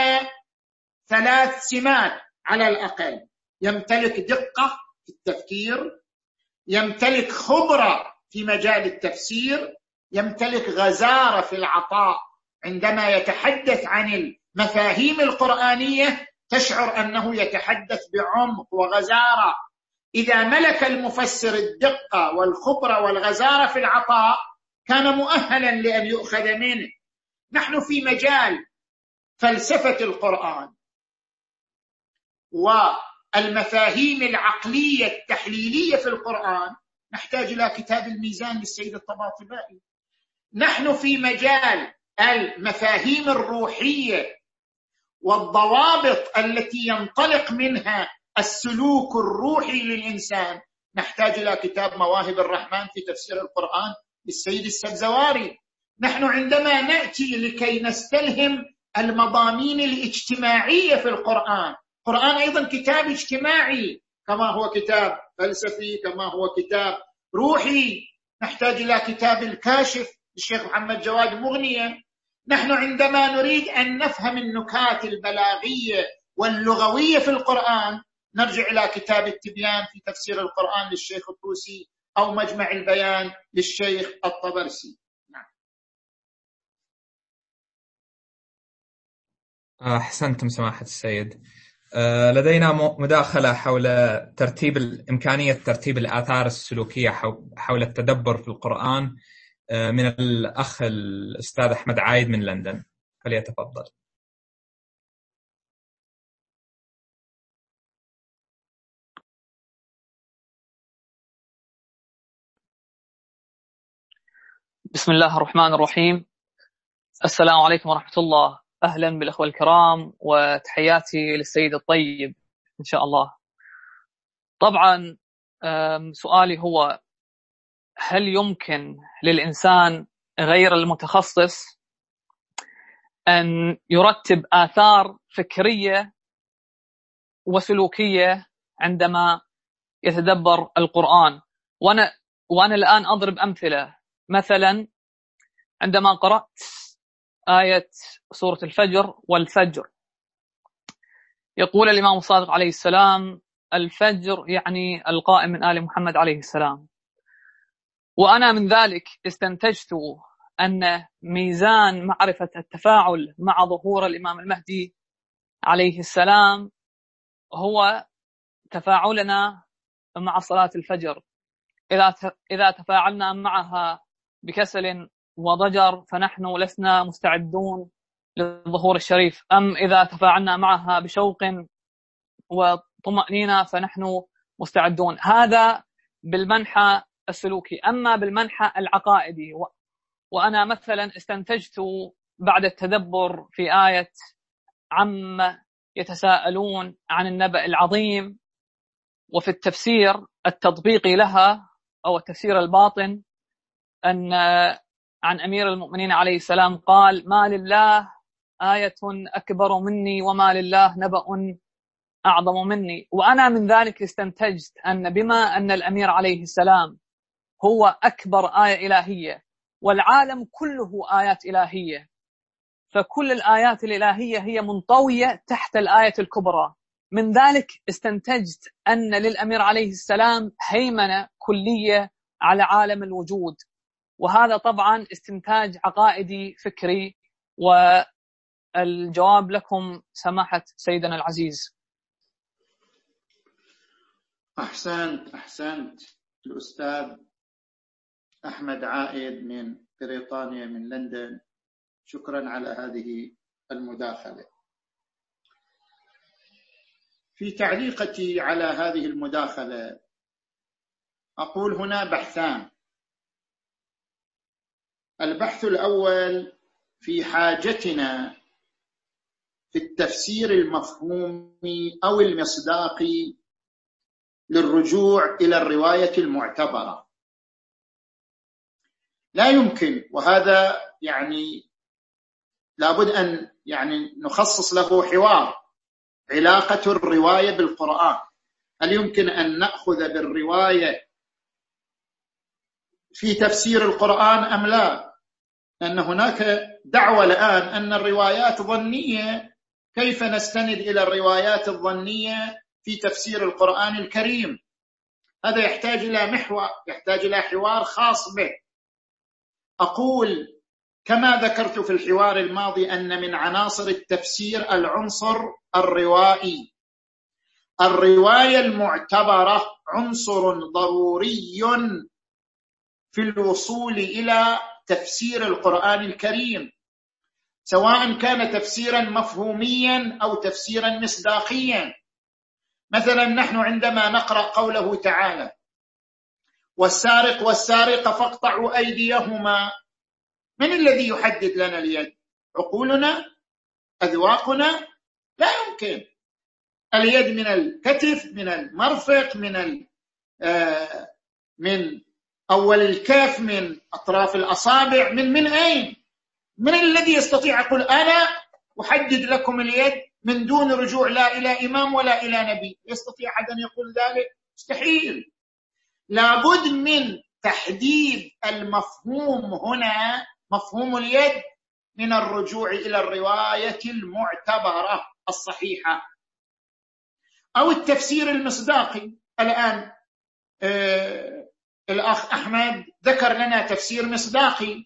ثلاث سمات على الأقل: يمتلك دقة في التفكير، يمتلك خبرة في مجال التفسير، يمتلك غزارة في العطاء. عندما يتحدث عن المفاهيم القرآنية تشعر أنه يتحدث بعمق وغزارة. إذا ملك المفسر الدقة والخبرة والغزارة في العطاء كان مؤهلا لأن يؤخذ منه. نحن في مجال فلسفة القرآن والمفاهيم العقلية التحليلية في القرآن نحتاج إلى كتاب الميزان للسيد الطباطبائي. نحن في مجال المفاهيم الروحية والضوابط التي ينطلق منها السلوك الروحي للإنسان نحتاج إلى كتاب مواهب الرحمن في تفسير القرآن للسيد السبزواري. نحن عندما نأتي لكي نستلهم المضامين الاجتماعية في القرآن، القرآن أيضا كتاب اجتماعي كما هو كتاب فلسفي كما هو كتاب روحي. نحتاج إلى كتاب الكاشف للشيخ محمد جواد مغنية. نحن عندما نريد أن نفهم النكات البلاغية واللغوية في القرآن نرجع إلى كتاب التبيان في تفسير القرآن للشيخ الطوسي أو مجمع البيان للشيخ الطبرسي. نعم. أحسنتم سماحة السيد. لدينا مداخلة حول ترتيب إمكانية ترتيب الآثار السلوكية حول التدبر في القرآن من الأخ الأستاذ أحمد عايد من لندن، فليتفضل. بسم الله الرحمن الرحيم. السلام عليكم ورحمة الله. أهلا بالأخوة الكرام وتحياتي للسيد الطيب إن شاء الله. طبعا سؤالي هو: هل يمكن للإنسان غير المتخصص أن يرتب آثار فكرية وسلوكية عندما يتدبر القرآن؟ وأنا, وأنا الآن أضرب أمثلة. مثلا عندما قرأت آية سورة الفجر: والفجر، يقول الإمام الصادق عليه السلام: الفجر يعني القائم من آل محمد عليه السلام. وأنا من ذلك استنتجت أن ميزان معرفة التفاعل مع ظهور الإمام المهدي عليه السلام هو تفاعلنا مع صلاة الفجر. إذا إذا تفاعلنا معها بكسل وضجر فنحن لسنا مستعدون للظهور الشريف، أم إذا تفاعلنا معها بشوق وطمأنينة فنحن مستعدون. هذا بالمنحى السلوكي. أما بالمنحى العقائدي، وأنا مثلا استنتجت بعد التدبر في آية عما يتساءلون عن النبأ العظيم، وفي التفسير التطبيقي لها أو التفسير الباطن، أن عن أمير المؤمنين عليه السلام قال: ما لله آية أكبر مني وما لله نبأ أعظم مني. وأنا من ذلك استنتجت أن بما أن الأمير عليه السلام هو أكبر آية إلهية والعالم كله آيات إلهية، فكل الآيات الإلهية هي منطوية تحت الآية الكبرى. من ذلك استنتجت أن للأمير عليه السلام هيمنة كلية على عالم الوجود، وهذا طبعا استنتاج عقائدي فكري. والجواب لكم سماحة سيدنا العزيز. أحسنت أحسنت الأستاذ أحمد عائد من بريطانيا من لندن، شكرا على هذه المداخلة. في تعليقتي على هذه المداخلة أقول هنا بحثان. البحث الأول في حاجتنا في التفسير المفهومي أو المصداقي للرجوع إلى الرواية المعتبرة. لا يمكن، وهذا يعني لابد أن يعني نخصص له حوار، علاقة الرواية بالقرآن. هل يمكن أن نأخذ بالرواية في تفسير القرآن أم لا؟ لأن هناك دعوة الآن أن الروايات ظنية، كيف نستند إلى الروايات الظنية في تفسير القرآن الكريم؟ هذا يحتاج إلى محور، يحتاج إلى حوار خاص به. أقول كما ذكرت في الحوار الماضي أن من عناصر التفسير العنصر الروائي. الرواية المعتبرة عنصر ضروري في الوصول إلى تفسير القرآن الكريم، سواء كان تفسيرا مفهوميا أو تفسيرا مصداقيا. مثلا نحن عندما نقرأ قوله تعالى: والسارق والسارقة فاقطعوا أيديهما، من الذي يحدد لنا اليد؟ عقولنا؟ أذواقنا؟ لا يمكن. اليد من الكتف، من المرفق، من ال آه من أول الكف، من أطراف الأصابع، من من أين؟ من الذي يستطيع يقول أنا أحدد لكم اليد من دون رجوع لا إلى إمام ولا إلى نبي؟ يستطيع أحد أن يقول ذلك؟ مستحيل. لابد من تحديد المفهوم هنا، مفهوم اليد، من الرجوع إلى الرواية المعتبرة الصحيحة أو التفسير المصداقي. الآن آه الأخ أحمد ذكر لنا تفسير مصداقي.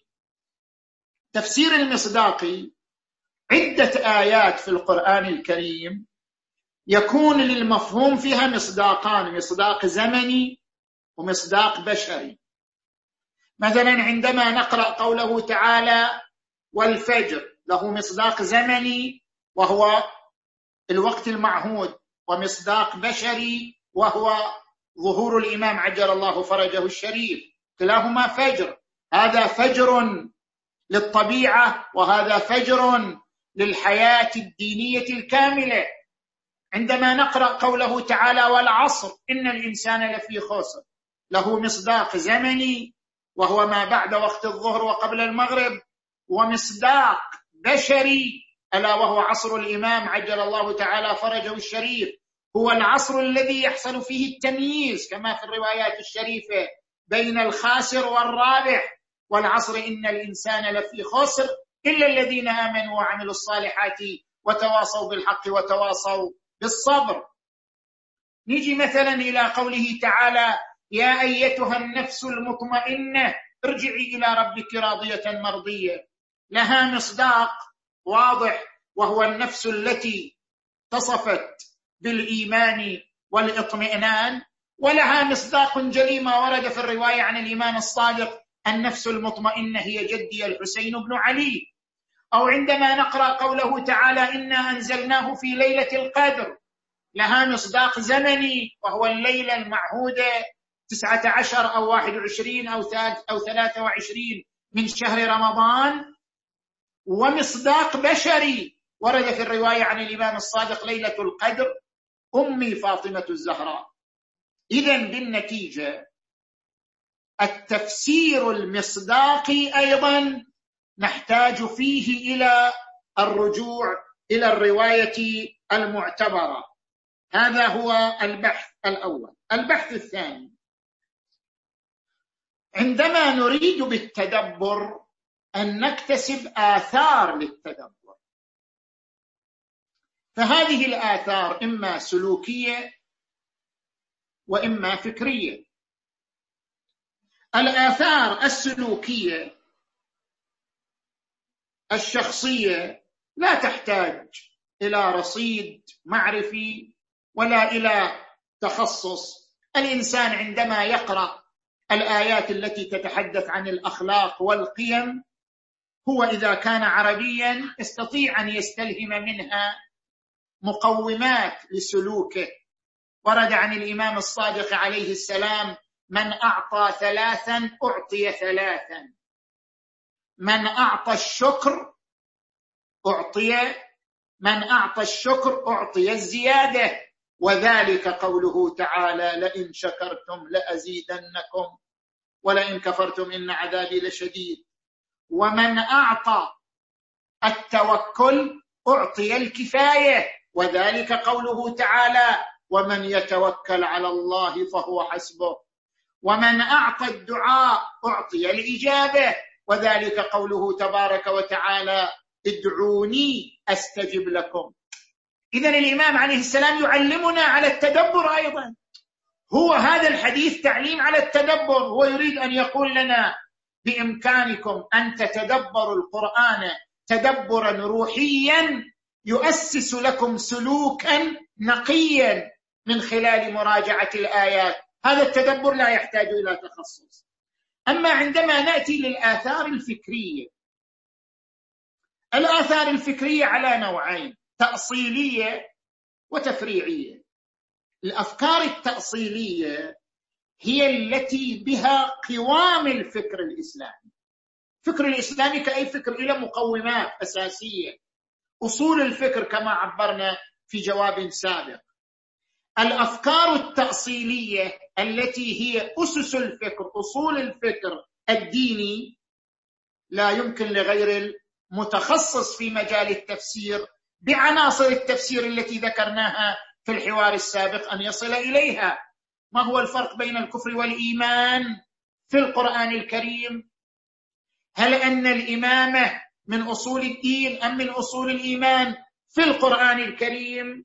تفسير المصداقي عدة آيات في القرآن الكريم يكون للمفهوم فيها مصداقان، مصداق زمني ومصداق بشري. مثلا عندما نقرأ قوله تعالى والفجر، له مصداق زمني وهو الوقت المعهود، ومصداق بشري وهو ظهور الإمام عجل الله فرجه الشريف. كلاهما فجر، هذا فجر للطبيعة وهذا فجر للحياة الدينية الكاملة. عندما نقرأ قوله تعالى والعصر إن الإنسان لفي خسر، له مصداق زمني وهو ما بعد وقت الظهر وقبل المغرب، ومصداق بشري ألا وهو عصر الإمام عجل الله تعالى فرجه الشريف، هو العصر الذي يحصل فيه التمييز كما في الروايات الشريفة بين الخاسر والرابح. والعصر إن الإنسان لفي خسر إلا الذين آمنوا وعملوا الصالحات وتواصوا بالحق وتواصوا بالصبر. نيجي مثلا إلى قوله تعالى يا أيتها النفس المطمئنة ارجعي إلى ربك راضية مرضية، لها مصداق واضح وهو النفس التي اتصفت بالإيمان والإطمئنان، ولها مصداق جلي ما ورد في الرواية عن الإمام الصادق النفس المطمئنة هي جدي الحسين بن علي، أو عندما نقرأ قوله تعالى إنا أنزلناه في ليلة القدر لها مصداق زمني وهو الليلة المعهودة تسعة عشر أو واحد وعشرين أو ثلاثة وعشرين من شهر رمضان، ومصداق بشري ورد في الرواية عن الإمام الصادق ليلة القدر أمي فاطمة الزهراء. إذن بالنتيجة التفسير المصداقي أيضا نحتاج فيه إلى الرجوع إلى الرواية المعتبرة. هذا هو البحث الأول. البحث الثاني، عندما نريد بالتدبر أن نكتسب آثار للتدبر، فهذه الآثار إما سلوكية وإما فكرية. الآثار السلوكية الشخصية لا تحتاج إلى رصيد معرفي ولا إلى تخصص. الإنسان عندما يقرأ الآيات التي تتحدث عن الأخلاق والقيم، هو إذا كان عربيا يستطيع أن يستلهم منها مقومات لسلوكه. ورد عن الإمام الصادق عليه السلام من أعطى ثلاثا أعطي ثلاثا، من أعطى الشكر أعطي من أعطى الشكر أعطي الزيادة، وذلك قوله تعالى لئن شكرتم لأزيدنكم ولئن كفرتم إن عذابي لشديد. ومن أعطى التوكل أعطي الكفاية، وذلك قوله تعالى ومن يتوكل على الله فهو حسبه. ومن أعطى الدعاء أعطي الإجابة، وذلك قوله تبارك وتعالى ادعوني أستجب لكم. إذن الإمام عليه السلام يعلمنا على التدبر أيضا. هو هذا الحديث تعليم على التدبر، هو يريد أن يقول لنا بإمكانكم أن تتدبروا القرآن تدبرا روحيا يؤسس لكم سلوكا نقيا من خلال مراجعة الآيات. هذا التدبر لا يحتاج إلى تخصص. أما عندما نأتي للآثار الفكرية، الآثار الفكرية على نوعين، تأصيلية وتفريعية. الأفكار التأصيلية هي التي بها قوام الفكر الإسلامي. الفكر الإسلامي كأي فكر إلى مقومات أساسية، أصول الفكر كما عبرنا في جواب سابق. الأفكار التأصيلية التي هي أسس الفكر، أصول الفكر الديني، لا يمكن لغير المتخصص في مجال التفسير بعناصر التفسير التي ذكرناها في الحوار السابق أن يصل إليها. ما هو الفرق بين الكفر والإيمان في القرآن الكريم؟ هل أن الإمامة من أصول الدين أم من أصول الإيمان في القرآن الكريم؟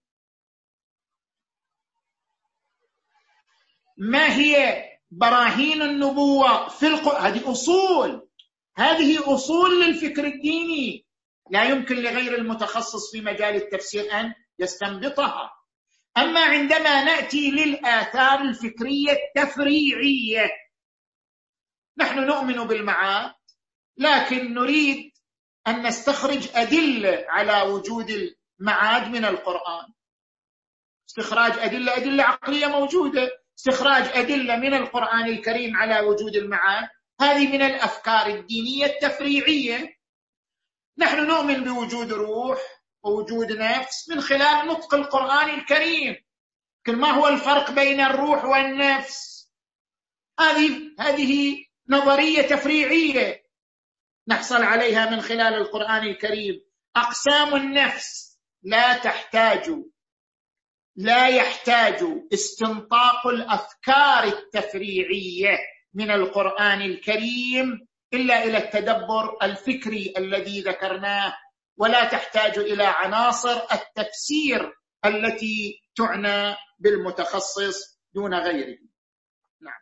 ما هي براهين النبوة في القرآن؟ هذه أصول، هذه أصول للفكر الديني، لا يمكن لغير المتخصص في مجال التفسير أن يستنبطها. أما عندما نأتي للآثار الفكرية التفريعية، نحن نؤمن بالمعاد، لكن نريد أن نستخرج أدلة على وجود المعاد من القرآن. استخراج أدلة أدلة عقلية موجودة، استخراج أدلة من القرآن الكريم على وجود المعاد، هذه من الأفكار الدينية التفريعية. نحن نؤمن بوجود روح ووجود نفس من خلال نطق القرآن الكريم. لكن ما هو الفرق بين الروح والنفس؟ هذه هذه نظرية تفريعية نحصل عليها من خلال القرآن الكريم. أقسام النفس لا تحتاج لا يحتاج استنطاق الأفكار التفريعية من القرآن الكريم إلا إلى التدبر الفكري الذي ذكرناه، ولا تحتاج إلى عناصر التفسير التي تعنى بالمتخصص دون غيره. نعم.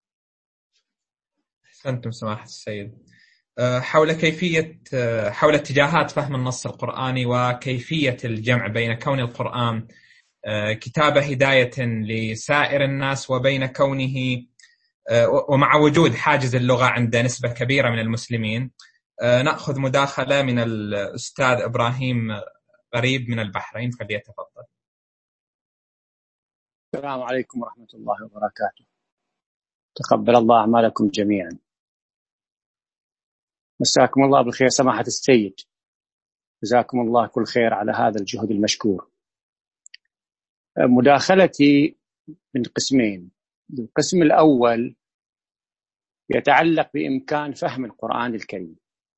أحسنتم سماحة السيد. حول كيفية حول اتجاهات فهم النص القرآني وكيفية الجمع بين كون القرآن كتاب هداية لسائر الناس وبين كونه ومع وجود حاجز اللغة عند نسبة كبيرة من المسلمين. نأخذ مداخلة من الأستاذ إبراهيم غريب من البحرين، فليتفضل. السلام عليكم ورحمة الله وبركاته. تقبل الله أعمالكم جميعا. مساكم الله بالخير سماحة السيد، جزاكم الله كل خير على هذا الجهد المشكور. مداخلتي من قسمين. القسم الأول يتعلق بإمكان فهم القرآن الكريم،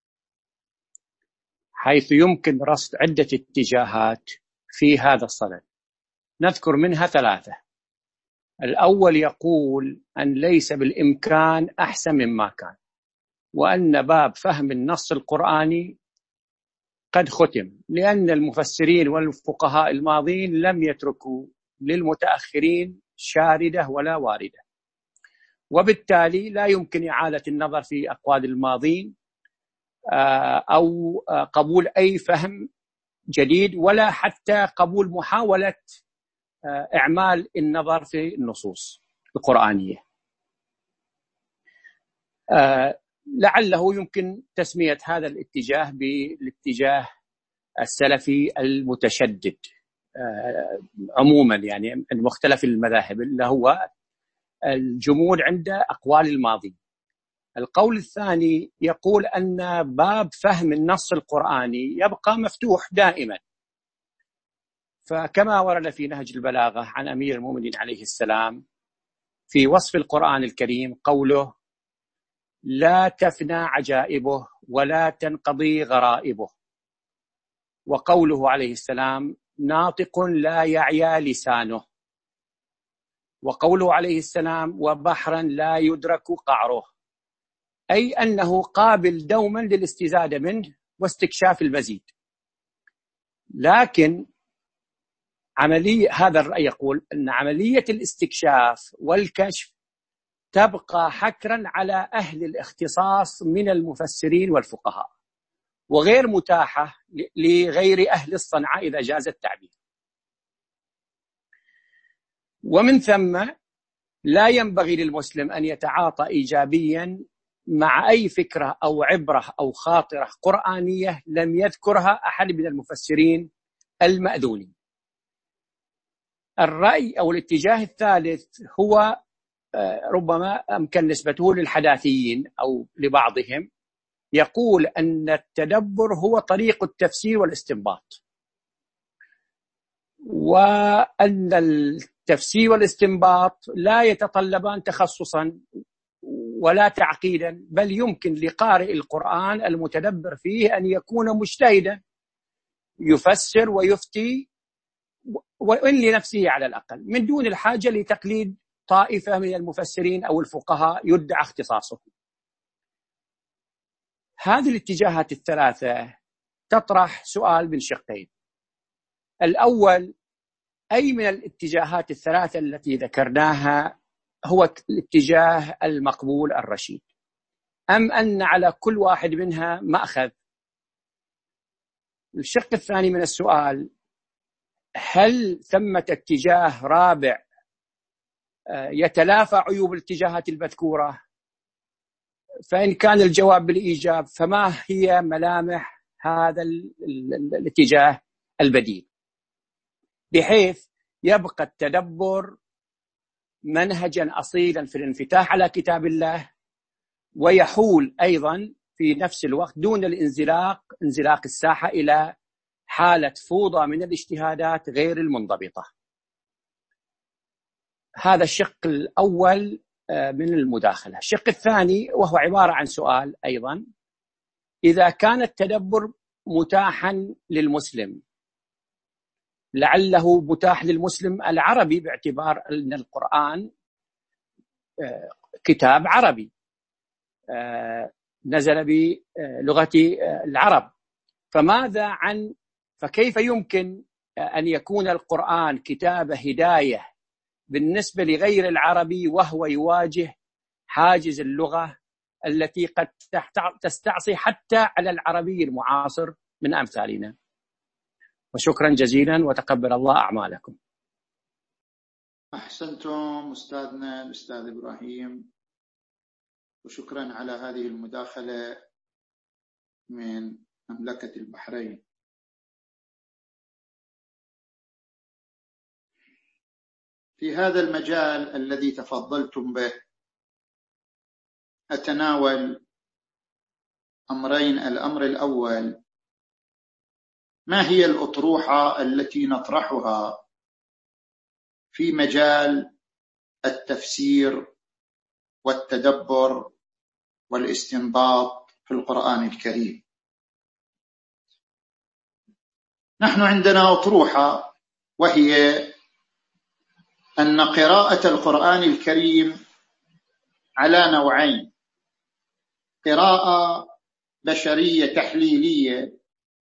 حيث يمكن رصد عدة اتجاهات في هذا الصدد، نذكر منها ثلاثة. الأول يقول أن ليس بالإمكان أحسن مما كان، وأن باب فهم النص القرآني قد ختم، لأن المفسرين والفقهاء الماضين لم يتركوا للمتأخرين شاردة ولا واردة، وبالتالي لا يمكن إعادة النظر في أقوال الماضين أو قبول أي فهم جديد، ولا حتى قبول محاولة إعمال النظر في النصوص القرآنية. لعله يمكن تسمية هذا الاتجاه بالاتجاه السلفي المتشدد عموما، يعني مختلف المذاهب، اللي هو الجمود عند أقوال الماضي. القول الثاني يقول أن باب فهم النص القرآني يبقى مفتوح دائما، فكما ورد في نهج البلاغة عن أمير المؤمنين عليه السلام في وصف القرآن الكريم قوله: لا تفنى عجائبه ولا تنقضي غرائبه، وقوله عليه السلام: ناطق لا يعيا لسانه، وقوله عليه السلام: وبحرا لا يدرك قعره، أي أنه قابل دوما للاستزادة منه واستكشاف المزيد. لكن عملية هذا الرأي يقول أن عملية الاستكشاف والكشف تبقى حكرا على أهل الاختصاص من المفسرين والفقهاء، وغير متاحة لغير أهل الصنعة إذا جاز التعبير. ومن ثم لا ينبغي للمسلم أن يتعاطى إيجابيا مع أي فكرة أو عبرة أو خاطرة قرآنية لم يذكرها أحد من المفسرين المأذونين. الرأي أو الاتجاه الثالث هو ربما أمكن نسبته للحداثيين أو لبعضهم، يقول أن التدبر هو طريق التفسير والاستنباط، وأن التفسير والاستنباط لا يتطلبان تخصصا ولا تعقيدا، بل يمكن لقارئ القرآن المتدبر فيه أن يكون مجتهدا يفسر ويفتي، وإن لنفسه على الأقل، من دون الحاجة لتقليد طائفة من المفسرين أو الفقهاء يدعى اختصاصه. هذه الاتجاهات الثلاثة تطرح سؤال من شقين. الأول: أي من الاتجاهات الثلاثة التي ذكرناها هو الاتجاه المقبول الرشيد، أم أن على كل واحد منها مأخذ؟ الشق الثاني من السؤال: هل ثمة اتجاه رابع يتلافى عيوب الاتجاهات المذكورة؟ فإن كان الجواب بالإيجاب، فما هي ملامح هذا الاتجاه البديل، بحيث يبقى التدبر منهجا أصيلا في الانفتاح على كتاب الله، ويحول أيضا في نفس الوقت دون الانزلاق انزلاق الساحة إلى حالة فوضى من الاجتهادات غير المنضبطة. هذا الشق الأول من المداخلة. الشق الثاني وهو عبارة عن سؤال أيضا: إذا كان التدبر متاحا للمسلم، لعله متاح للمسلم العربي باعتبار أن القرآن كتاب عربي نزل بلغة العرب، فماذا عن فكيف يمكن أن يكون القرآن كتاب هداية بالنسبة لغير العربي وهو يواجه حاجز اللغة التي قد تستعصي حتى على العربي المعاصر من أمثالنا؟ وشكرا جزيلا وتقبل الله أعمالكم. أحسنتم أستاذنا الأستاذ إبراهيم، وشكرا على هذه المداخلة من مملكة البحرين. في هذا المجال الذي تفضلتم به أتناول أمرين. الأمر الأول: ما هي الأطروحة التي نطرحها في مجال التفسير والتدبر والاستنباط في القرآن الكريم؟ نحن عندنا أطروحة، وهي أن قراءة القرآن الكريم على نوعين: قراءة بشرية تحليلية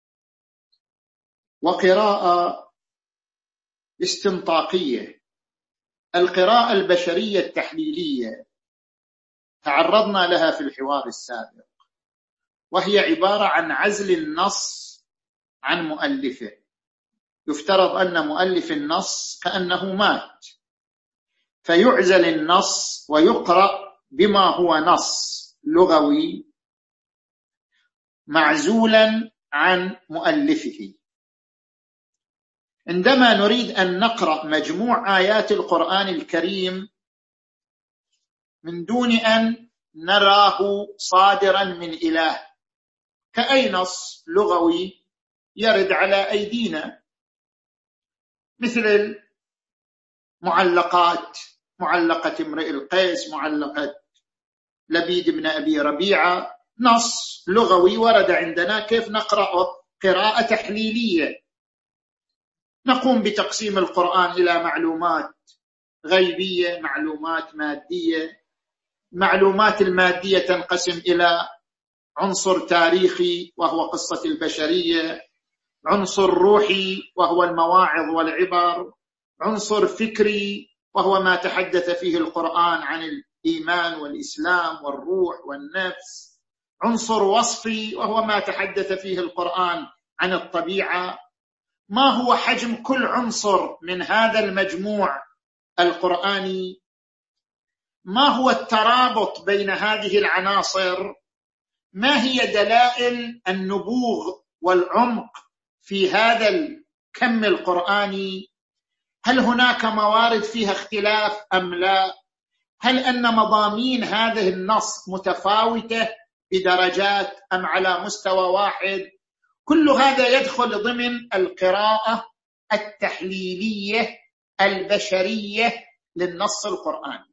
وقراءة استنطاقية. القراءة البشرية التحليلية تعرضنا لها في الحوار السابق، وهي عبارة عن عزل النص عن مؤلفه. يفترض أن مؤلف النص كأنه مات، فيعزل النص ويقرأ بما هو نص لغوي معزولا عن مؤلفه. عندما نريد أن نقرأ مجموع آيات القرآن الكريم من دون أن نراه صادرا من إله، كأي نص لغوي يرد على أيدينا، مثل المعلقات، معلقة امرئ القيس، معلقة لبيد بن أبي ربيعة، نص لغوي ورد عندنا، كيف نقرأه؟ قراءة تحليلية. نقوم بتقسيم القرآن إلى معلومات غيبية، معلومات مادية. المعلومات المادية تنقسم إلى عنصر تاريخي وهو قصة البشرية، عنصر روحي وهو المواعظ والعبر، عنصر فكري وهو ما تحدث فيه القرآن عن الإيمان والإسلام والروح والنفس، عنصر وصفي وهو ما تحدث فيه القرآن عن الطبيعة. ما هو حجم كل عنصر من هذا المجموع القرآني؟ ما هو الترابط بين هذه العناصر؟ ما هي دلائل النبوغ والعمق في هذا الكم القرآني؟ هل هناك موارد فيها اختلاف أم لا؟ هل أن مضامين هذه النص متفاوتة بدرجات أم على مستوى واحد؟ كل هذا يدخل ضمن القراءة التحليلية البشرية للنص القرآني.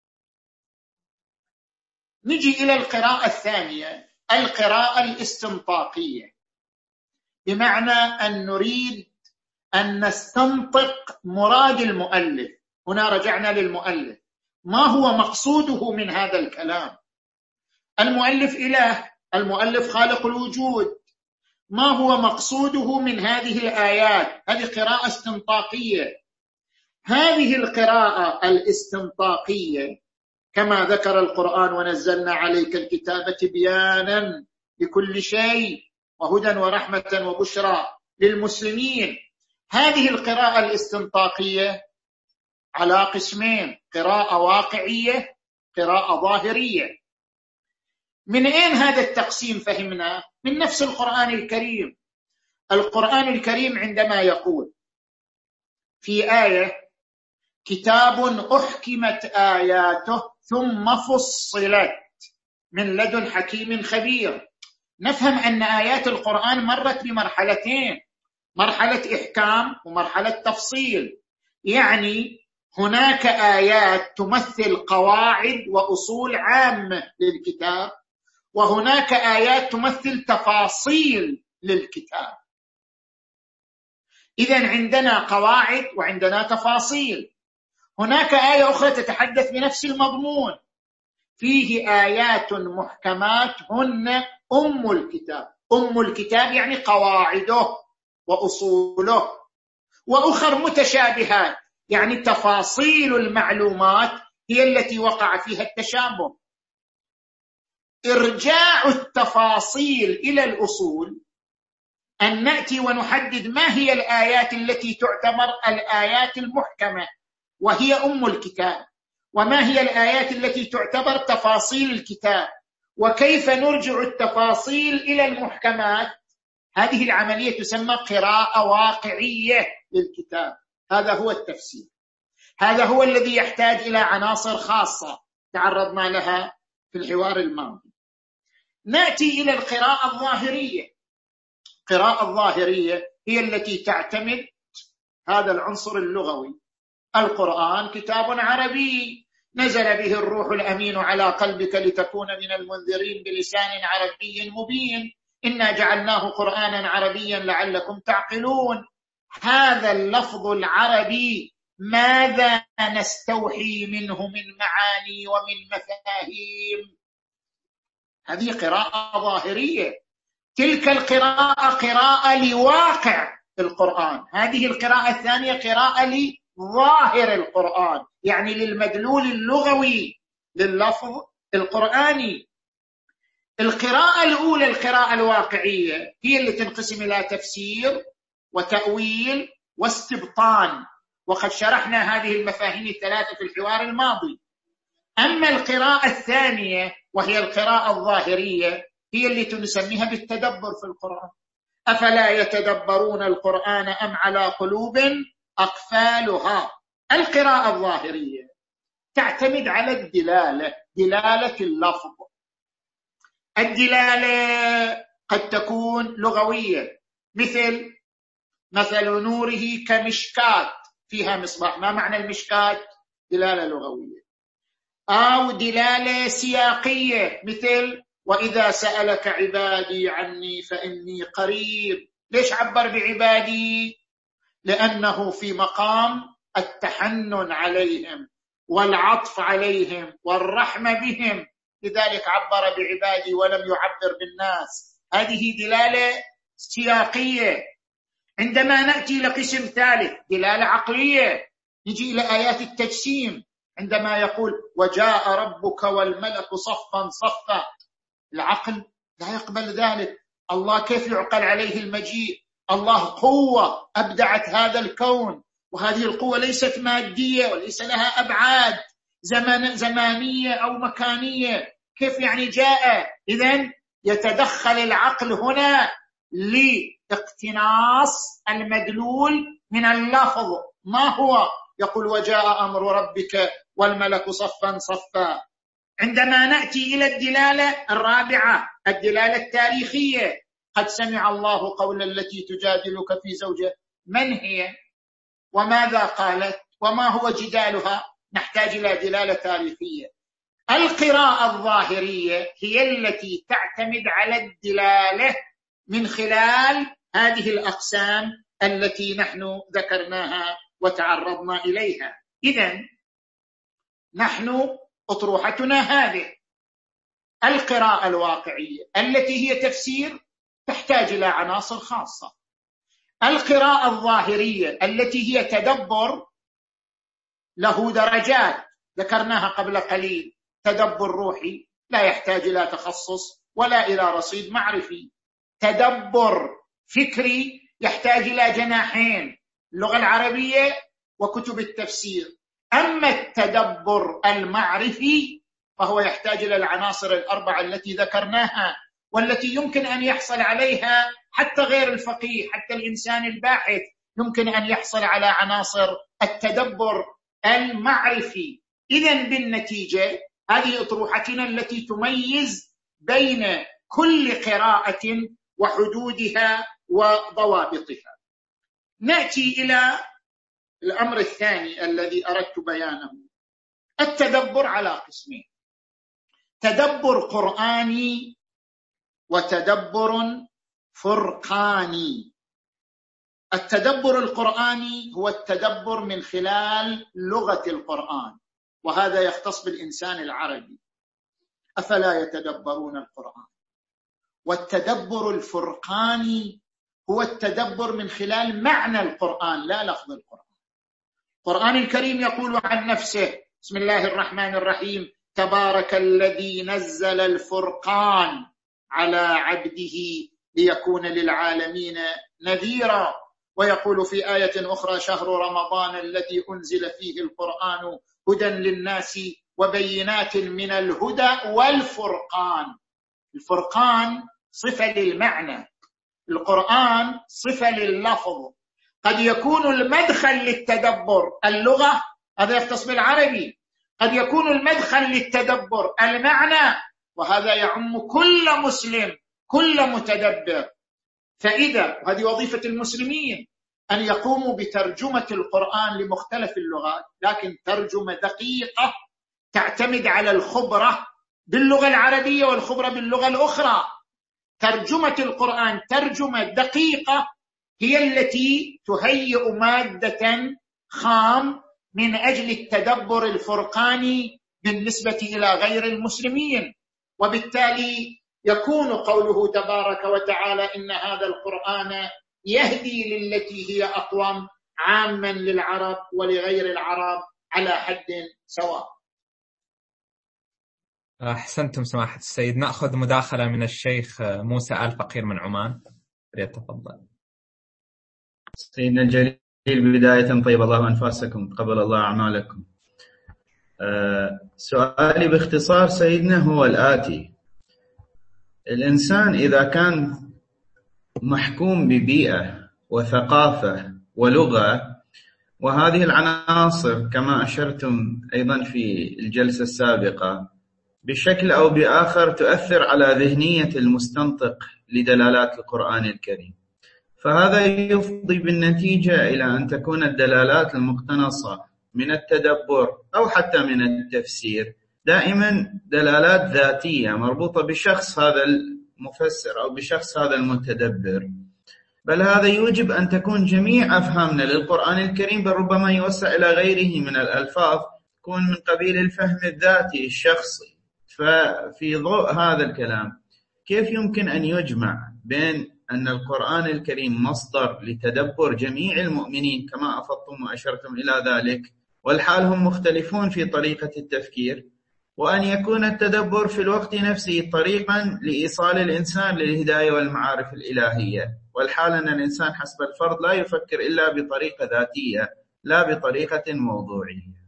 نجي إلى القراءة الثانية، القراءة الاستنطاقية، بمعنى أن نريد أن نستنطق مراد المؤلف. هنا رجعنا للمؤلف، ما هو مقصوده من هذا الكلام؟ المؤلف إله، المؤلف خالق الوجود، ما هو مقصوده من هذه الآيات؟ هذه قراءة استنطاقية. هذه القراءة الاستنطاقية كما ذكر القرآن: ونزلنا عليك الكتاب تبيانا لكل شيء وهدى ورحمة وبشرى للمسلمين. هذه القراءة الاستنطاقية على قسمين: قراءة واقعية، قراءة ظاهرية. من أين هذا التقسيم فهمنا؟ من نفس القرآن الكريم. القرآن الكريم عندما يقول في آية: كتاب أحكمت آياته ثم فصلت من لدن حكيم خبير، نفهم أن آيات القرآن مرت بمرحلتين: مرحلة إحكام ومرحلة تفصيل. يعني هناك آيات تمثل قواعد وأصول عامة للكتاب، وهناك آيات تمثل تفاصيل للكتاب. إذن عندنا قواعد وعندنا تفاصيل. هناك آية أخرى تتحدث بنفس المضمون: فيه آيات محكمات هن أم الكتاب. أم الكتاب يعني قواعده وأصوله. وأخر متشابهات يعني تفاصيل المعلومات هي التي وقع فيها التشابه. إرجاع التفاصيل إلى الأصول، أن نأتي ونحدد ما هي الآيات التي تعتبر الآيات المحكمة وهي أم الكتاب، وما هي الآيات التي تعتبر تفاصيل الكتاب، وكيف نرجع التفاصيل إلى المحكمات. هذه العملية تسمى قراءة واقعية للكتاب. هذا هو التفسير، هذا هو الذي يحتاج إلى عناصر خاصة تعرضنا لها في الحوار الماضي. نأتي إلى القراءة الظاهرية. القراءة الظاهرية هي التي تعتمد هذا العنصر اللغوي. القرآن كتاب عربي نزل به الروح الأمين على قلبك لتكون من المنذرين بلسان عربي مبين إنا جعلناه قرآنا عربيا لعلكم تعقلون. هذا اللفظ العربي ماذا نستوحي منه من معاني ومن مفاهيم؟ هذه قراءة ظاهرية. تلك القراءة قراءة لواقع القرآن، هذه القراءة الثانية قراءة لظاهر القرآن، يعني للمدلول اللغوي لللفظ القرآني. القراءة الأولى القراءة الواقعية هي اللي تنقسم إلى تفسير وتأويل واستبطان، وقد شرحنا هذه المفاهيم الثلاثة في الحوار الماضي. أما القراءة الثانية وهي القراءة الظاهرية هي اللي نسميها بالتدبر في القرآن. أفلا يتدبرون القرآن أم على قلوب أقفالها؟ القراءة الظاهرية تعتمد على الدلالة، دلالة اللفظ. الدلالة قد تكون لغوية، مثل مثل نوره كمشكاة فيها مصباح. ما معنى المشكاة؟ دلالة لغوية. أو دلالة سياقية، مثل وإذا سألك عبادي عني فإني قريب. ليش عبر بعبادي؟ لأنه في مقام التحنن عليهم والعطف عليهم والرحمة بهم، لذلك عبر بعبادي ولم يعبر بالناس. هذه دلالة سياقية. عندما نأتي لقسم ثالث دلالة عقلية، نجي إلى آيات التجسيم عندما يقول وجاء ربك والملك صفا صفا. العقل لا يقبل ذلك. الله كيف يعقل عليه المجيء؟ الله قوة أبدعت هذا الكون، وهذه القوة ليست مادية وليس لها أبعاد زمان زمانية أو مكانية. كيف يعني جاء؟ إذن يتدخل العقل هنا لاقتناص المدلول من اللفظ. ما هو؟ يقول وجاء أمر ربك والملك صفا صفا. عندما نأتي إلى الدلالة الرابعة الدلالة التاريخية، قد سمع الله قول التي تجادلك في زوجها. من هي وماذا قالت وما هو جدالها؟ نحتاج إلى دلالة تاريخية. القراءة الظاهرية هي التي تعتمد على الدلالة من خلال هذه الأقسام التي نحن ذكرناها وتعرضنا إليها. إذن نحن أطروحتنا هذه: القراءة الواقعية التي هي تفسير تحتاج إلى عناصر خاصة. القراءة الظاهرية التي هي تدبر له درجات ذكرناها قبل قليل. تدبر روحي لا يحتاج إلى تخصص ولا إلى رصيد معرفي. تدبر فكري يحتاج إلى جناحين: اللغة العربية وكتب التفسير. أما التدبر المعرفي فهو يحتاج إلى العناصر الأربعة التي ذكرناها، والتي يمكن أن يحصل عليها حتى غير الفقيه، حتى الإنسان الباحث يمكن أن يحصل على عناصر التدبر المعرفي. إذن بالنتيجة هذه أطروحتنا التي تميز بين كل قراءة وحدودها وضوابطها. نأتي إلى الأمر الثاني الذي أردت بيانه: التدبر على قسمين: تدبر قرآني وتدبر فرقاني. التدبر القرآني هو التدبر من خلال لغة القرآن، وهذا يختص بالإنسان العربي. أفلا يتدبرون القرآن؟ والتدبر الفرقاني هو التدبر من خلال معنى القرآن لا لفظ القرآن. القرآن الكريم يقول عن نفسه: بسم الله الرحمن الرحيم، تبارك الذي نزل الفرقان على عبده ليكون للعالمين نذيرا. ويقول في آية أخرى شهر رمضان الذي أنزل فيه القرآن هدى للناس وبينات من الهدى والفرقان. الفرقان صفة للمعنى، القرآن صفة لللفظ. قد يكون المدخل للتدبر اللغة، هذا يختص بالعربي، قد يكون المدخل للتدبر المعنى، وهذا يعم كل مسلم كل متدبر. فإذا هذه وظيفة المسلمين أن يقوموا بترجمة القرآن لمختلف اللغات، لكن ترجمة دقيقة تعتمد على الخبرة باللغة العربية والخبرة باللغة الأخرى. ترجمة القرآن ترجمة دقيقة هي التي تهيئ مادة خام من أجل التدبر الفرقاني بالنسبة إلى غير المسلمين. وبالتالي يكون قوله تبارك وتعالى إن هذا القرآن يهدي للتي هي أقوم عاما للعرب ولغير العرب على حد سواء. أحسنتم سماحة السيد. نأخذ مداخلة من الشيخ موسى آل فقير من عمان، ليتفضل. سيدنا الجليل، بداية طيب الله أنفاسكم، قبل الله أعمالكم. أه سؤالي باختصار سيدنا هو الآتي: الإنسان إذا كان محكوم ببيئة وثقافة ولغة، وهذه العناصر كما أشرتم أيضا في الجلسة السابقة بشكل أو بآخر تؤثر على ذهنية المستنطق لدلالات القرآن الكريم، فهذا يفضي بالنتيجة إلى أن تكون الدلالات المقتنصة من التدبر أو حتى من التفسير دائما دلالات ذاتية مربوطة بشخص هذا المفسر أو بشخص هذا المتدبر، بل هذا يوجب أن تكون جميع أفهامنا للقرآن الكريم بل ربما يوسع إلى غيره من الألفاظ تكون من قبيل الفهم الذاتي الشخصي. ففي ضوء هذا الكلام كيف يمكن أن يجمع بين أن القرآن الكريم مصدر لتدبر جميع المؤمنين كما أفضتم وأشرتم إلى ذلك، والحال هم مختلفون في طريقة التفكير، وأن يكون التدبر في الوقت نفسه طريقا لإيصال الإنسان للهداية والمعارف الإلهية، والحال أن الإنسان حسب الفرض لا يفكر إلا بطريقة ذاتية لا بطريقة موضوعية؟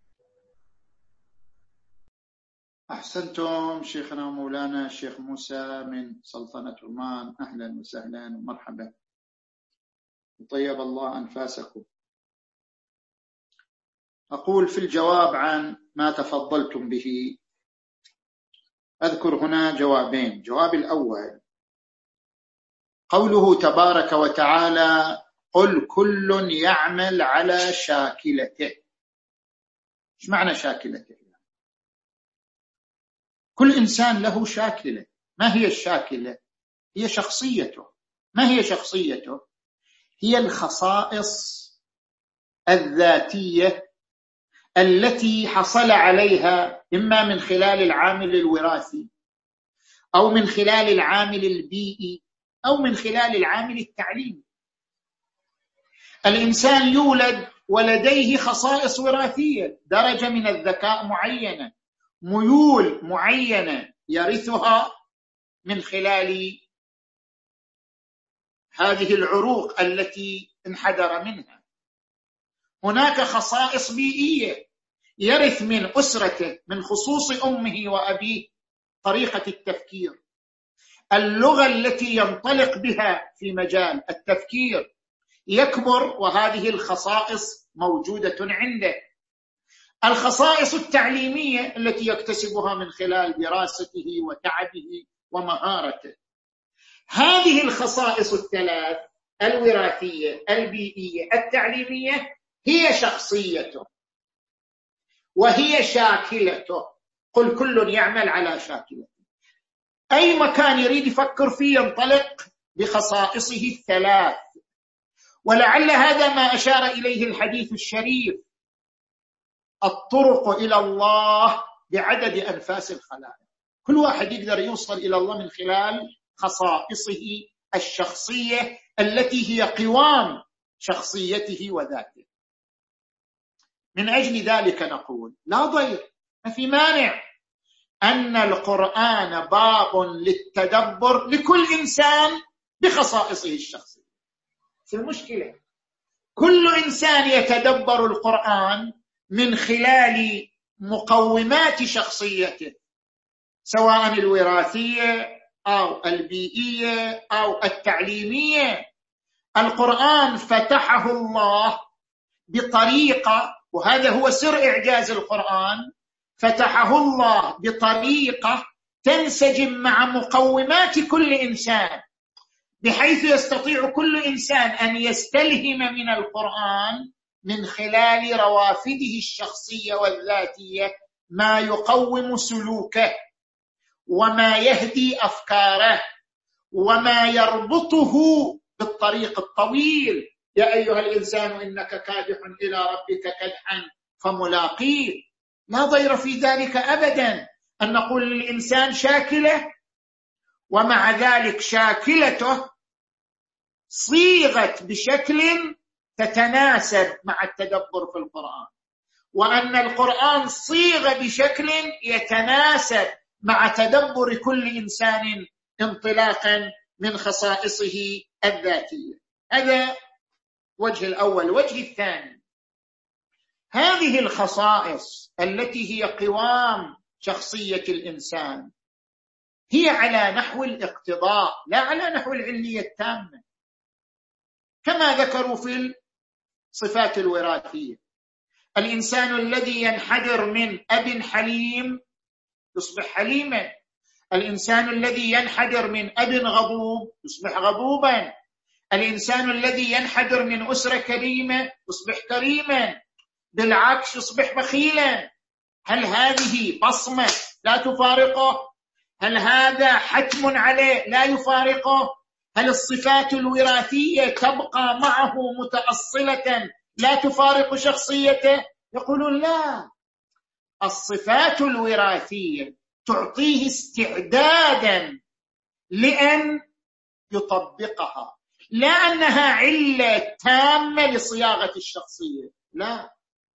أحسنتم شيخنا مولانا الشيخ موسى من سلطنة عمان، أهلا وسهلا ومرحبا، طيب الله أنفاسكم. أقول في الجواب عن ما تفضلتم به، أذكر هنا جوابين. الجواب الأول قوله تبارك وتعالى قل كل يعمل على شاكلته. إيش معنى شاكلته؟ كل إنسان له شاكلة. ما هي الشاكلة؟ هي شخصيته. ما هي شخصيته؟ هي الخصائص الذاتية التي حصل عليها إما من خلال العامل الوراثي أو من خلال العامل البيئي أو من خلال العامل التعليمي. الإنسان يولد ولديه خصائص وراثية، درجة من الذكاء معينة، ميول معينة يرثها من خلال هذه العروق التي انحدر منها. هناك خصائص بيئية، يرث من أسرته من خصوص أمه وأبيه طريقة التفكير، اللغة التي ينطلق بها في مجال التفكير، يكبر وهذه الخصائص موجودة عنده. الخصائص التعليمية التي يكتسبها من خلال دراسته وتعبه ومهارته. هذه الخصائص الثلاث الوراثية البيئية التعليمية هي شخصيته وهي شاكلته. قل كل يعمل على شاكلته. أي مكان يريد يفكر فيه ينطلق بخصائصه الثلاث، ولعل هذا ما أشار إليه الحديث الشريف: الطرق إلى الله بعدد أنفاس الخلائق. كل واحد يقدر يوصل إلى الله من خلال خصائصه الشخصية التي هي قوام شخصيته وذاته. من أجل ذلك نقول لا ضير، ما في مانع أن القرآن باب للتدبر لكل إنسان بخصائصه الشخصية. في المشكلة. كل إنسان يتدبر القرآن من خلال مقومات شخصيته، سواء الوراثية أو البيئية أو التعليمية. القرآن فتحه الله بطريقة، وهذا هو سر إعجاز القرآن، فتحه الله بطريقة تنسجم مع مقومات كل إنسان، بحيث يستطيع كل إنسان أن يستلهم من القرآن من خلال روافده الشخصية والذاتية ما يقوم سلوكه وما يهدي أفكاره وما يربطه بالطريق الطويل. يا أيها الإنسان إنك كادح إلى ربك كدحا فملاقيه. لا ضير في ذلك أبدا أن نقول للإنسان شاكلة، ومع ذلك شاكلته صيغت بشكل تتناسب مع التدبر في القرآن، وأن القرآن صيغ بشكل يتناسب مع تدبر كل إنسان انطلاقا من خصائصه الذاتية. هذا وجه الأول. وجه الثاني، هذه الخصائص التي هي قوام شخصية الإنسان هي على نحو الاقتضاء لا على نحو العلمية التامة، كما ذكروا في الصفات الوراثية. الإنسان الذي ينحدر من أب حليم يصبح حليما، الإنسان الذي ينحدر من أب غضوب يصبح غضوبا، الإنسان الذي ينحدر من أسرة كريمة يصبح كريما، بالعكس يصبح بخيلا. هل هذه بصمة لا تفارقه؟ هل هذا حتم عليه لا يفارقه؟ هل الصفات الوراثية تبقى معه متأصلة لا تفارق شخصيته؟ يقولون لا، الصفات الوراثية تعطيه استعدادا لأن يطبقها، لا أنها علة تامة لصياغة الشخصية. لا،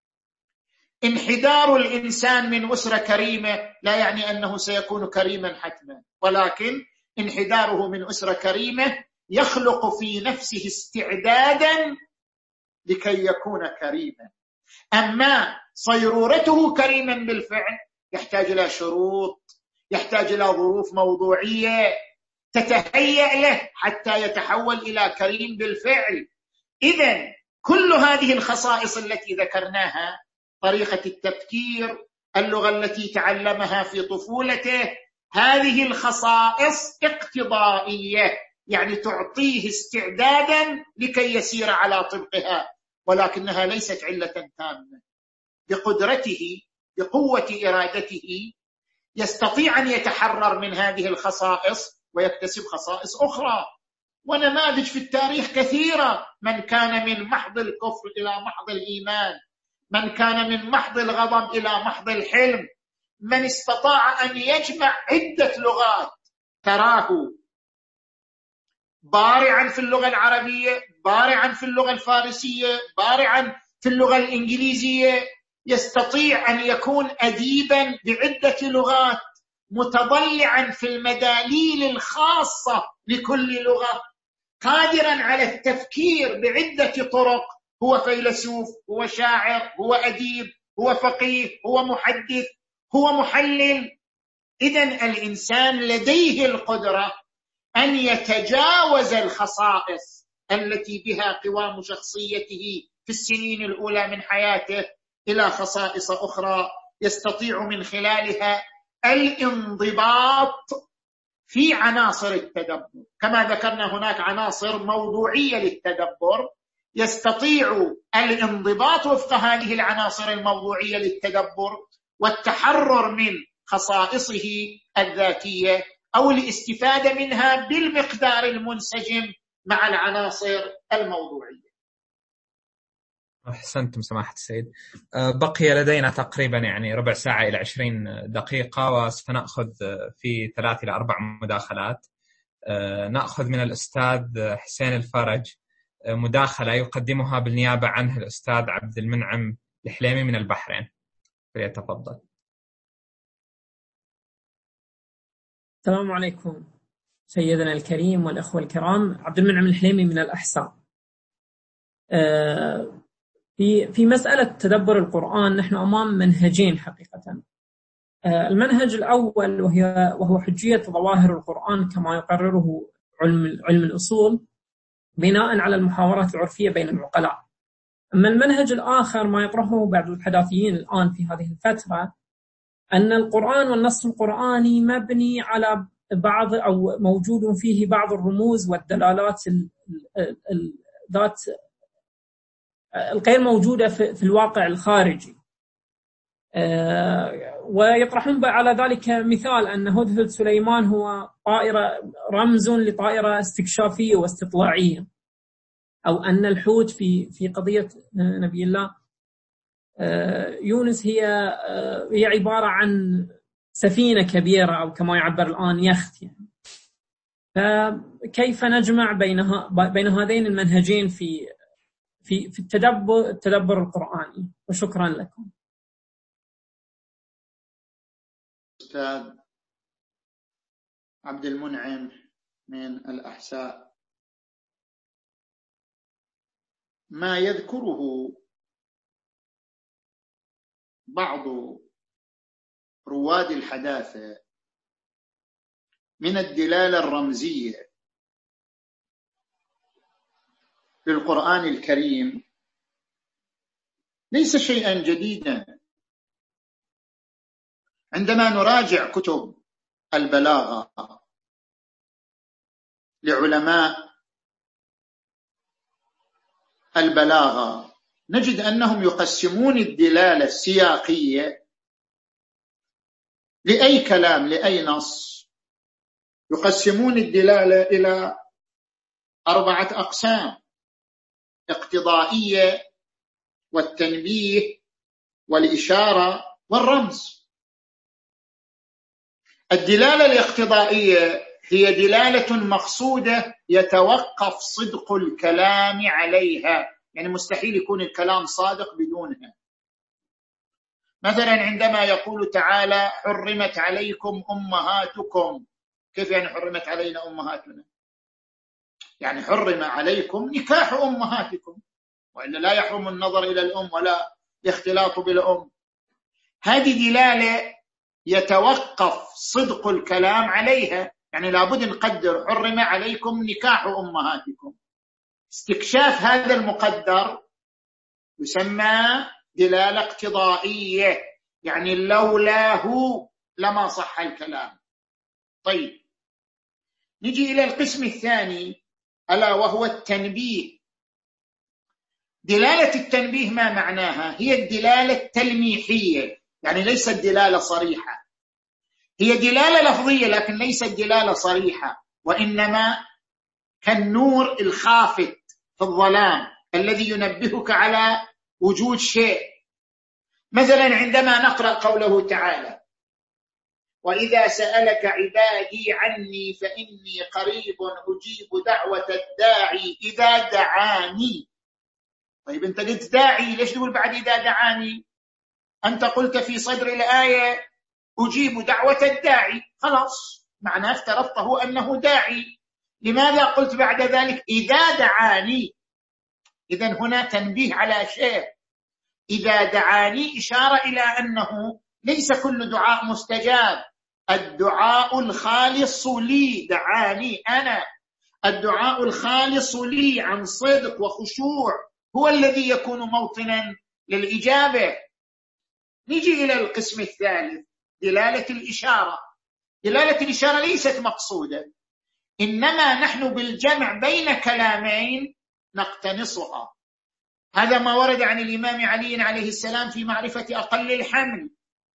انحدار الإنسان من أسرة كريمة لا يعني أنه سيكون كريما حتما، ولكن انحداره من أسرة كريمة يخلق في نفسه استعدادا لكي يكون كريما. أما صيرورته كريما بالفعل يحتاج إلى شروط، يحتاج إلى ظروف موضوعية تتهيأ له حتى يتحول إلى كريم بالفعل. إذن كل هذه الخصائص التي ذكرناها، طريقة التفكير، اللغة التي تعلمها في طفولته، هذه الخصائص اقتضائية، يعني تعطيه استعدادا لكي يسير على طبقها، ولكنها ليست علة تامة. بقدرته بقوة إرادته يستطيع أن يتحرر من هذه الخصائص ويكتسب خصائص أخرى. ونماذج في التاريخ كثيرة، من كان من محض الكفر إلى محض الإيمان، من كان من محض الغضب إلى محض الحلم، من استطاع أن يجمع عدة لغات، تراه بارعا في اللغة العربية، بارعا في اللغة الفارسية، بارعا في اللغة الإنجليزية، يستطيع أن يكون أديبا بعدة لغات، متضلعا في المداليل الخاصة لكل لغة، قادرا على التفكير بعدة طرق. هو فيلسوف، هو شاعر، هو أديب، هو فقيه، هو محدث، هو محلل. إذن الإنسان لديه القدرة أن يتجاوز الخصائص التي بها قوام شخصيته في السنين الأولى من حياته إلى خصائص أخرى يستطيع من خلالها الانضباط في عناصر التدبر. كما ذكرنا هناك عناصر موضوعية للتدبر، يستطيع الانضباط وفق هذه العناصر الموضوعية للتدبر والتحرر من خصائصه الذاتية أو الاستفادة منها بالمقدار المنسجم مع العناصر الموضوعية. أحسنتم سماحة السيد. بقي لدينا تقريبا يعني ربع ساعة إلى عشرين دقيقة، وسنأخذ في ثلاث إلى أربع مداخلات. نأخذ من الأستاذ حسين الفرج مداخلة يقدمها بالنيابة عنه الأستاذ عبد المنعم الحليمي من البحرين، فليتفضل. السلام عليكم سيدنا الكريم والأخوة الكرام. عبد المنعم الحليمي من الأحساء. في في مسألة تدبر القرآن نحن أمام منهجين حقيقة. المنهج الأول وهي وهو حجية ظواهر القرآن كما يقرره علم علم الأصول بناء على المحاورات العرفية بين العقلاء. أما المنهج الآخر ما يطرحه بعض الحداثيين الآن في هذه الفترة أن القرآن والنص القرآني مبني على بعض أو موجود فيه بعض الرموز والدلالات ذات الغير موجودة في الواقع الخارجي. ويطرحون على ذلك مثال أن هدهد سليمان هو طائرة رمز لطائرة استكشافية واستطلاعية، أو أن الحوت في في قضية نبي الله يونس هي هي عبارة عن سفينة كبيرة أو كما يعبر الآن يخت يعني. فكيف نجمع بينها بين هذين المنهجين في في في التدبر التدبر القرآني؟ وشكرا لكم. أستاذ عبد المنعم من الأحساء، ما يذكره بعض رواد الحداثة من الدلالة الرمزية في القرآن الكريم ليس شيئا جديدا. عندما نراجع كتب البلاغة لعلماء البلاغة نجد أنهم يقسمون الدلالة السياقية لأي كلام لأي نص، يقسمون الدلالة إلى أربعة أقسام: اقتضائية والتنبيه والإشارة والرمز. الدلالة الاقتضائية هي دلالة مقصودة يتوقف صدق الكلام عليها، يعني مستحيل يكون الكلام صادق بدونها. مثلا عندما يقول تعالى حرمت عليكم أمهاتكم، كيف يعني حرمت علينا أمهاتنا؟ يعني حرم عليكم نكاح أمهاتكم، وإلا لا يحرم النظر إلى الأم ولا الاختلاط بالأم. هذه دلالة يتوقف صدق الكلام عليها، يعني لابد نقدر حرم عليكم نكاح أمهاتكم. استكشاف هذا المقدر يسمى دلالة اقتضائية، يعني لولاه لما صح الكلام. طيب نجي إلى القسم الثاني ألا وهو التنبيه. دلالة التنبيه ما معناها؟ هي الدلالة التلميحية، يعني ليست دلالة صريحة، هي دلالة لفظية لكن ليست دلالة صريحة، وإنما كالنور الخافت في الظلام الذي ينبهك على وجود شيء. مثلا عندما نقرأ قوله تعالى وإذا سألك عبادي عني فإني قريب أجيب دعوة الداعي إذا دعاني. طيب أنت قلت داعي، ليش تقول بعد إذا دعاني؟ أنت قلت في صدر الآية أجيب دعوة الداعي، خلاص معناه افترضته أنه داعي، لماذا قلت بعد ذلك إذا دعاني؟ إذن هنا تنبيه على شيء. إذا دعاني إشارة إلى أنه ليس كل دعاء مستجاب، الدعاء الخالص لي دعاني أنا، الدعاء الخالص لي عن صدق وخشوع هو الذي يكون موطنا للإجابة. نجي إلى القسم الثالث دلالة الإشارة. دلالة الإشارة ليست مقصودة، إنما نحن بالجمع بين كلامين نقتنصها. هذا ما ورد عن الإمام علي عليه السلام في معرفة أقل الحمل.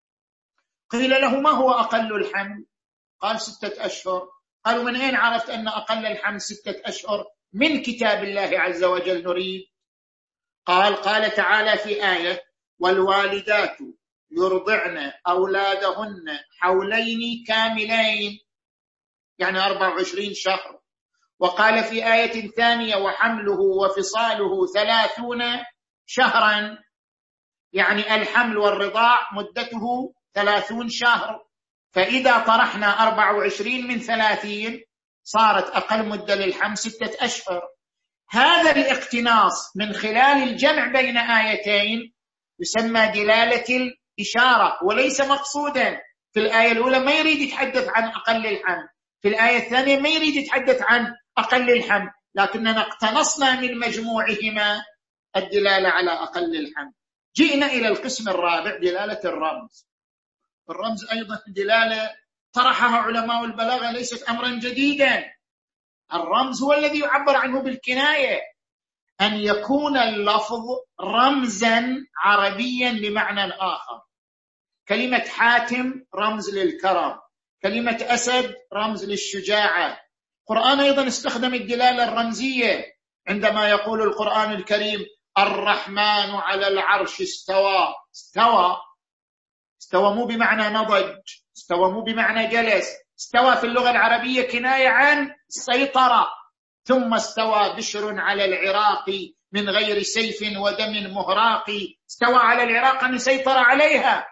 قيل له ما هو أقل الحمل؟ قال ستة أشهر. قالوا من أين عرفت أن أقل الحمل ستة أشهر؟ من كتاب الله عز وجل نريد. قال قال تعالى في آية والوالدات يرضعن أولادهن حولين كاملين، يعني أربع وعشرين شهر. وقال في آية ثانية وحمله وفصاله ثلاثون شهرا، يعني الحمل والرضاع مدته ثلاثون شهر. فإذا طرحنا أربع وعشرين من ثلاثين صارت أقل مدة للحمل ستة أشهر. هذا الاقتناص من خلال الجمع بين آيتين يسمى دلالة الإشارة، وليس مقصودا. في الآية الأولى ما يريد يتحدث عن أقل الحمد، في الآية الثانية ما يريد يتحدث عن أقل الحمد، لكننا اقتنصنا من مجموعهما الدلالة على أقل الحمد. جئنا إلى القسم الرابع، دلالة الرمز. الرمز أيضا دلالة طرحها علماء البلاغة، ليست أمرا جديدا. الرمز هو الذي يعبر عنه بالكناية، أن يكون اللفظ رمزا عربيا لمعنى آخر. كلمة حاتم رمز للكرم، كلمة أسد رمز للشجاعة. القرآن أيضا استخدم الدلالة الرمزية عندما يقول القرآن الكريم الرحمن على العرش استوى. استوى استوى مو بمعنى نضج، استوى مو بمعنى جلس، استوى في اللغة العربية كناية عن السيطرة. ثم استوى بشر على العراق من غير سيف ودم مهراق. استوى على العراق أن سيطر عليها.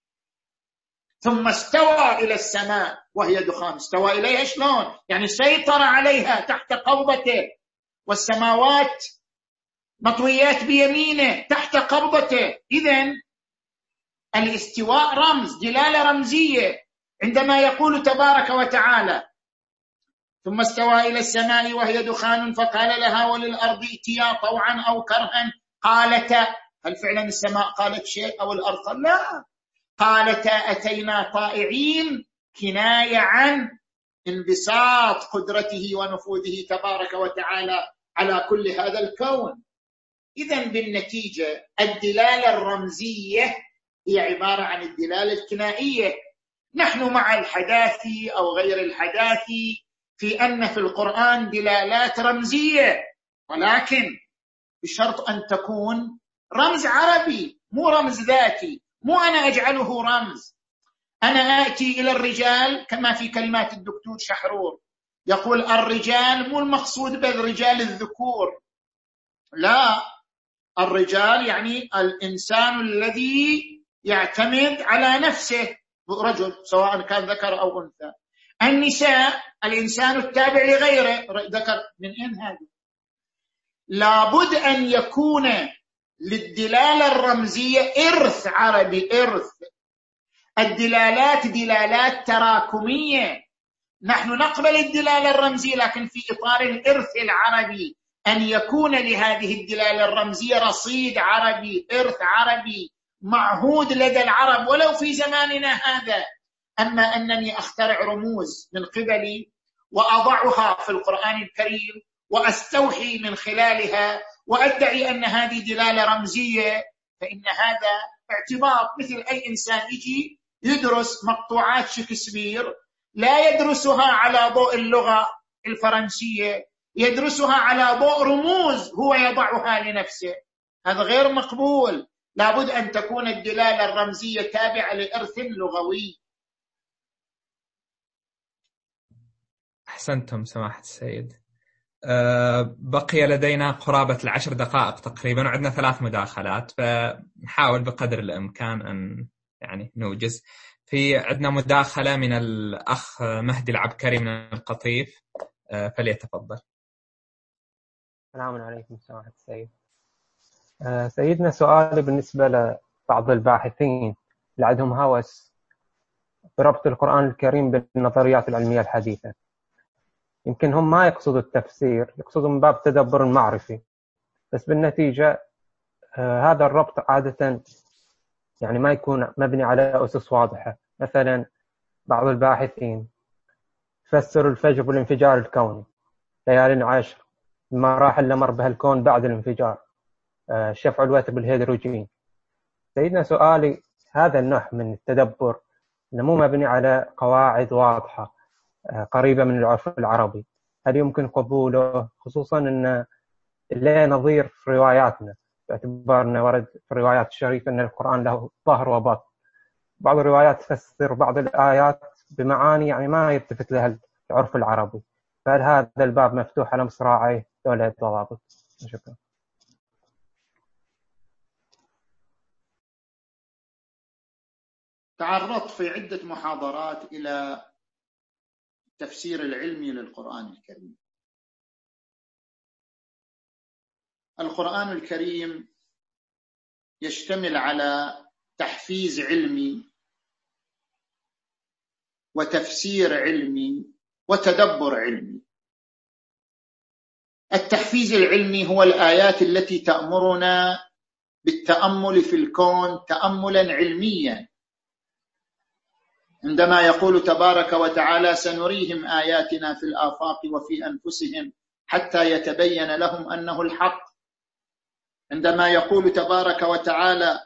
ثم استوى إلى السماء وهي دخان. استوى إليها شلون؟ يعني سيطر عليها تحت قبضته، والسماوات مطويات بيمينه تحت قبضته. إذن الاستواء رمز، دلالة رمزية. عندما يقول تبارك وتعالى ثم استوى إلى السماء وهي دخان فقال لها وللأرض ائتيا طوعا أو كرها قالتا، هل فعلا السماء قالت شيء أو الأرض؟ لا، قالتا أتينا طائعين، كناية عن انبساط قدرته ونفوذه تبارك وتعالى على كل هذا الكون. إذن بالنتيجة الدلالة الرمزية هي عبارة عن الدلالة الكنائية. نحن مع الحداثي أو غير الحداثي في أن في القرآن دلالات رمزية، ولكن بشرط أن تكون رمز عربي مو رمز ذاتي، مو أنا أجعله رمز. أنا آتي إلى الرجال كما في كلمات الدكتور شحرور يقول الرجال مو المقصود بالرجال الذكور، لا، الرجال يعني الإنسان الذي يعتمد على نفسه، رجل سواء كان ذكر أو أنثى. النساء الإنسان التابع لغيره، ذكر. من أين هذا؟ لابد أن يكون للدلالة الرمزية إرث عربي، إرث. الدلالات دلالات تراكمية، نحن نقبل الدلالة الرمزية لكن في إطار الإرث العربي، أن يكون لهذه الدلالة الرمزية رصيد عربي، إرث عربي معهود لدى العرب ولو في زماننا هذا. أما أنني أخترع رموز من قبلي وأضعها في القرآن الكريم وأستوحي من خلالها وأدعي أن هذه دلالة رمزية، فإن هذا اعتباط. مثل أي إنسان يجي يدرس مقطوعات شكسبير، لا يدرسها على ضوء اللغة الفرنسية، يدرسها على ضوء رموز هو يضعها لنفسه. هذا غير مقبول. لابد أن تكون الدلالة الرمزية تابعة لإرث لغوي. أحسنتم سماحة السيد. أه بقي لدينا قرابة العشر دقائق تقريبا، وعندنا ثلاث مداخلات، فنحاول بقدر الإمكان أن يعني نوجز. في عندنا مداخلة من الأخ مهدي العبكري من القطيف، أه فليتفضل. السلام عليكم سماحة السيد. أه سيدنا، سؤالي بالنسبة لبعض الباحثين اللي عندهم هوس بربط القرآن الكريم بالنظريات العلمية الحديثة. يمكن هم ما يقصدوا التفسير، يقصدوا من باب التدبر المعرفي، بس بالنتيجة آه هذا الربط عادة يعني ما يكون مبني على أسس واضحة. مثلا بعض الباحثين فسروا الفجر بالانفجار الكوني، ليالي عشر، المراحل اللي مر بها الكون بعد الانفجار، آه شفع الوتر بالهيدروجين. سيدنا، سؤالي هذا النوع من التدبر إنه مو مبني على قواعد واضحة قريبة من العرف العربي، هل يمكن قبوله؟ خصوصا أن لا نظير في رواياتنا، باعتبار أنه ورد في الروايات الشريفة أن القرآن له ظهر وبطن. بعض الروايات تفسر بعض الآيات بمعاني يعني ما يلتفت لها العرف العربي، فهل هذا الباب مفتوح على مصراعيه ولا ضوابط؟ شكرا. تعرضت في عدة محاضرات إلى التفسير العلمي للقرآن الكريم. القرآن الكريم يشتمل على تحفيز علمي وتفسير علمي وتدبر علمي. التحفيز العلمي هو الآيات التي تأمرنا بالتأمل في الكون تأملا علميا، عندما يقول تبارك وتعالى سنريهم آياتنا في الآفاق وفي أنفسهم حتى يتبين لهم أنه الحق، عندما يقول تبارك وتعالى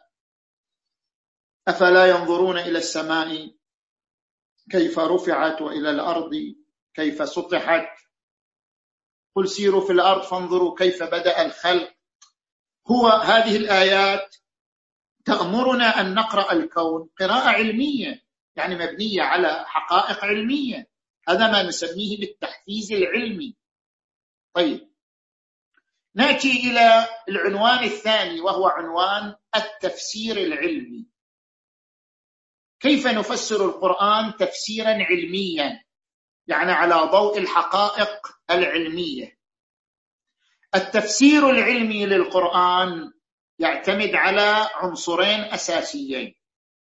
أفلا ينظرون إلى السماء كيف رفعت وإلى الأرض كيف سطحت قل سيروا في الأرض فانظروا كيف بدأ الخلق. هو هذه الآيات تأمرنا أن نقرأ الكون قراءة علمية، يعني مبنية على حقائق علمية، هذا ما نسميه بالتحفيز العلمي. طيب، نأتي إلى العنوان الثاني وهو عنوان التفسير العلمي. كيف نفسر القرآن تفسيرا علميا، يعني على ضوء الحقائق العلمية؟ التفسير العلمي للقرآن يعتمد على عنصرين أساسيين: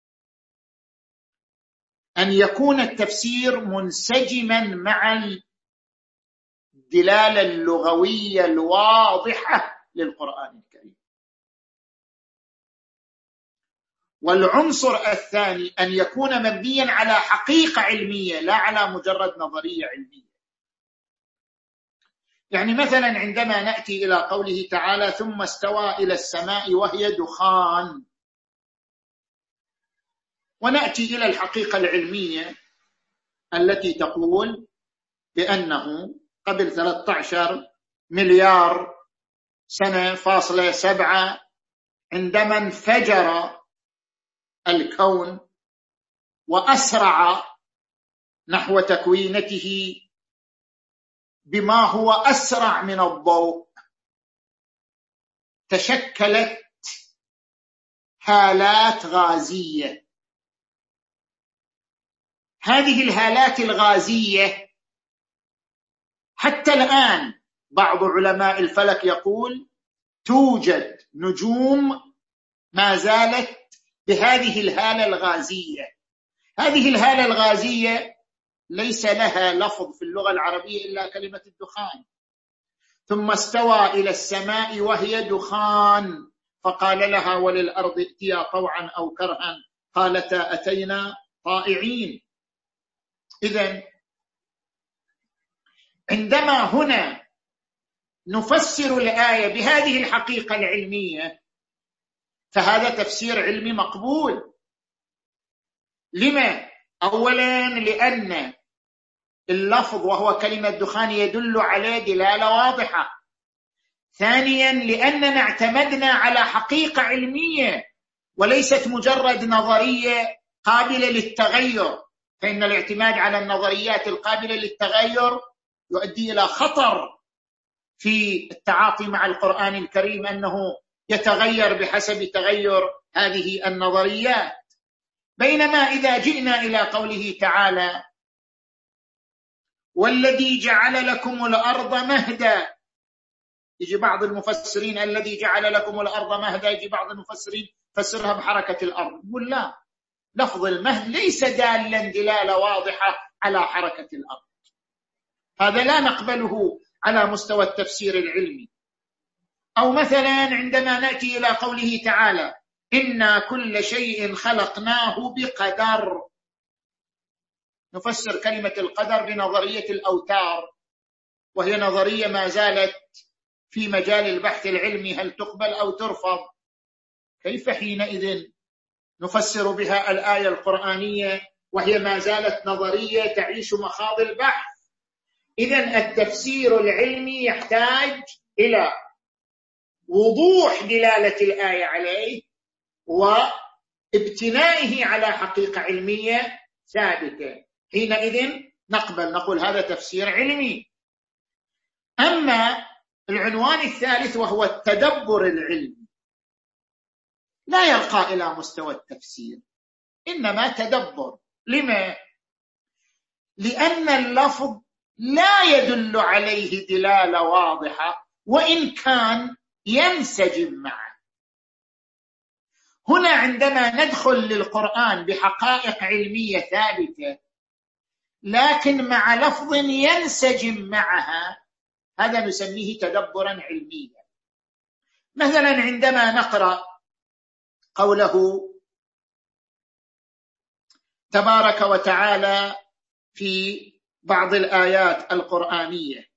أن يكون التفسير منسجما مع الدلالة اللغوية الواضحة للقرآن الكريم، والعنصر الثاني أن يكون مبنيا على حقيقة علمية لا على مجرد نظرية علمية. يعني مثلا عندما نأتي إلى قوله تعالى ثم استوى إلى السماء وهي دخان، ونأتي إلى الحقيقة العلمية التي تقول بأنه قبل ثلاثة عشر مليار سنة فاصلة سبعة عندما انفجر الكون وأسرع نحو تكوينته بما هو أسرع من الضوء، تشكلت هالات غازية. هذه الهالات الغازية حتى الآن بعض علماء الفلك يقول توجد نجوم ما زالت بهذه الهالة الغازية. هذه الهالة الغازية ليس لها لفظ في اللغة العربية إلا كلمة الدخان. ثم استوى إلى السماء وهي دخان فقال لها وللأرض ائتيا طوعا أو كرها قالتا أتينا طائعين. إذن عندما هنا نفسر الآية بهذه الحقيقة العلمية فهذا تفسير علمي مقبول. لما؟ أولا لأن اللفظ وهو كلمة دخان يدل على دلالة واضحة. ثانيا لأننا اعتمدنا على حقيقة علمية وليست مجرد نظرية قابلة للتغير، فإن الاعتماد على النظريات القابلة للتغير يؤدي إلى خطر في التعاطي مع القرآن الكريم، أنه يتغير بحسب تغير هذه النظريات. بينما إذا جئنا إلى قوله تعالى والذي جعل لكم الأرض مهدا، يجي بعض المفسرين الذي جعل لكم الأرض مهدا، يجي بعض المفسرين فسرها بحركة الأرض. يقول لا، لفظ المهد ليس دالا دلالة واضحة على حركة الأرض، هذا لا نقبله على مستوى التفسير العلمي. أو مثلا عندما نأتي إلى قوله تعالى إنا كل شيء خلقناه بقدر، نفسر كلمة القدر بنظرية الأوتار، وهي نظرية ما زالت في مجال البحث العلمي هل تقبل أو ترفض. كيف حينئذ نفسر بها الآية القرآنية وهي ما زالت نظرية تعيش مخاض البحث؟ إذن التفسير العلمي يحتاج إلى وضوح دلالة الآية عليه وابتنائه على حقيقة علمية ثابتة، حينئذ نقبل نقول هذا تفسير علمي. أما العنوان الثالث وهو التدبر العلمي لا يرقى إلى مستوى التفسير، إنما تدبر. لما؟ لأن اللفظ لا يدل عليه دلالة واضحة، وإن كان ينسجم معه. هنا عندما ندخل للقرآن بحقائق علمية ثابتة لكن مع لفظ ينسجم معها، هذا نسميه تدبرا علميا. مثلا عندما نقرأ قوله تبارك وتعالى في بعض الآيات القرآنية: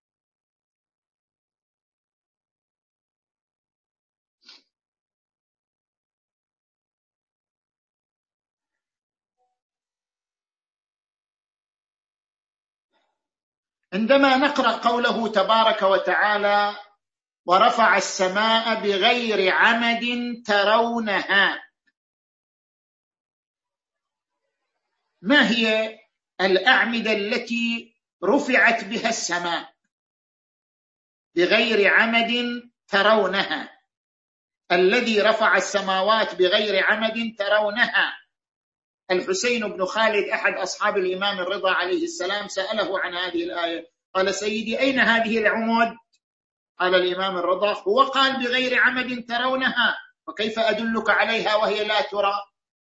عندما نقرأ قوله تبارك وتعالى: ورفع السماء بغير عمد ترونها، ما هي الأعمدة التي رفعت بها السماء؟ بغير عمد ترونها، الذي رفع السماوات بغير عمد ترونها. الحسين بن خالد أحد أصحاب الإمام الرضا عليه السلام سأله عن هذه الآية، قال: سيدي أين هذه العمود؟ قال الإمام الرضا: هو قال بغير عمد ترونها، وكيف أدلك عليها وهي لا ترى؟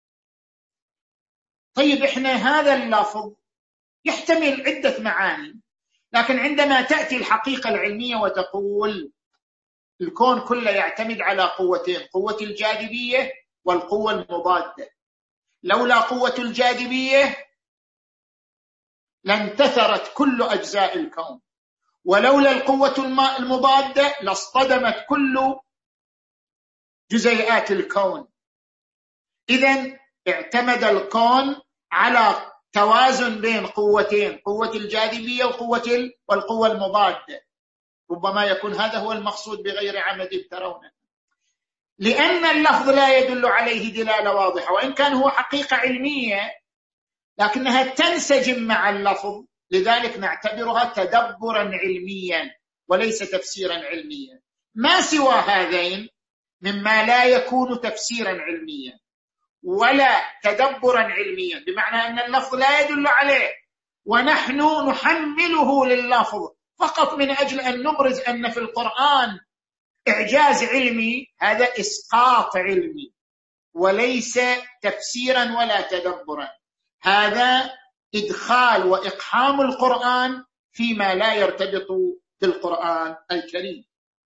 طيب إحنا هذا اللفظ يحتمل عدة معاني، لكن عندما تأتي الحقيقة العلمية وتقول الكون كله يعتمد على قوتين: قوة الجاذبية والقوة المضادة. لولا قوة الجاذبية لانتثرت كل أجزاء الكون، ولولا القوة المضادة لاصطدمت كل جزيئات الكون. إذن اعتمد الكون على توازن بين قوتين: قوة الجاذبية وقوة والقوة المضادة. ربما يكون هذا هو المقصود بغير عمد ترونه، لأن اللفظ لا يدل عليه دلالة واضحة، وإن كان هو حقيقة علمية لكنها تنسجم مع اللفظ، لذلك نعتبرها تدبرا علميا وليس تفسيرا علميا. ما سوى هذين مما لا يكون تفسيرا علميا ولا تدبرا علميا، بمعنى أن اللفظ لا يدل عليه ونحن نحمله لللفظ فقط من أجل أن نبرز أن في القرآن إعجاز علمي، هذا إسقاط علمي وليس تفسيرا ولا تدبرا. هذا إدخال وإقحام القرآن فيما لا يرتبط بالقرآن الكريم.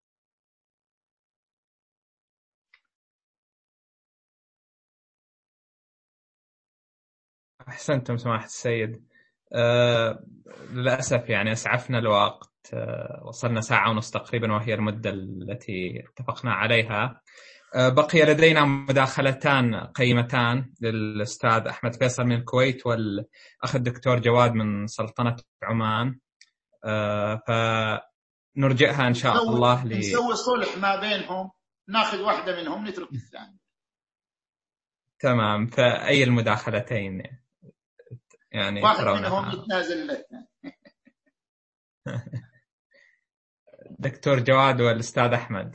أحسنتم سماحة السيد. أه للأسف يعني أسعفنا الوقت، أه وصلنا ساعة ونص تقريبا وهي المدة التي اتفقنا عليها. أه بقي لدينا مداخلتان قيمتان للأستاذ أحمد فيصل من الكويت والأخ الدكتور جواد من سلطنة عمان، أه فنرجئها إن شاء نسوي الله ل... نسوي صلح ما بينهم، ناخذ واحدة منهم نترك الثانية. تمام، فأي المداخلتين يعني واحد ترونها؟ منهم يتنازل لنا. دكتور جواد والأستاذ أحمد.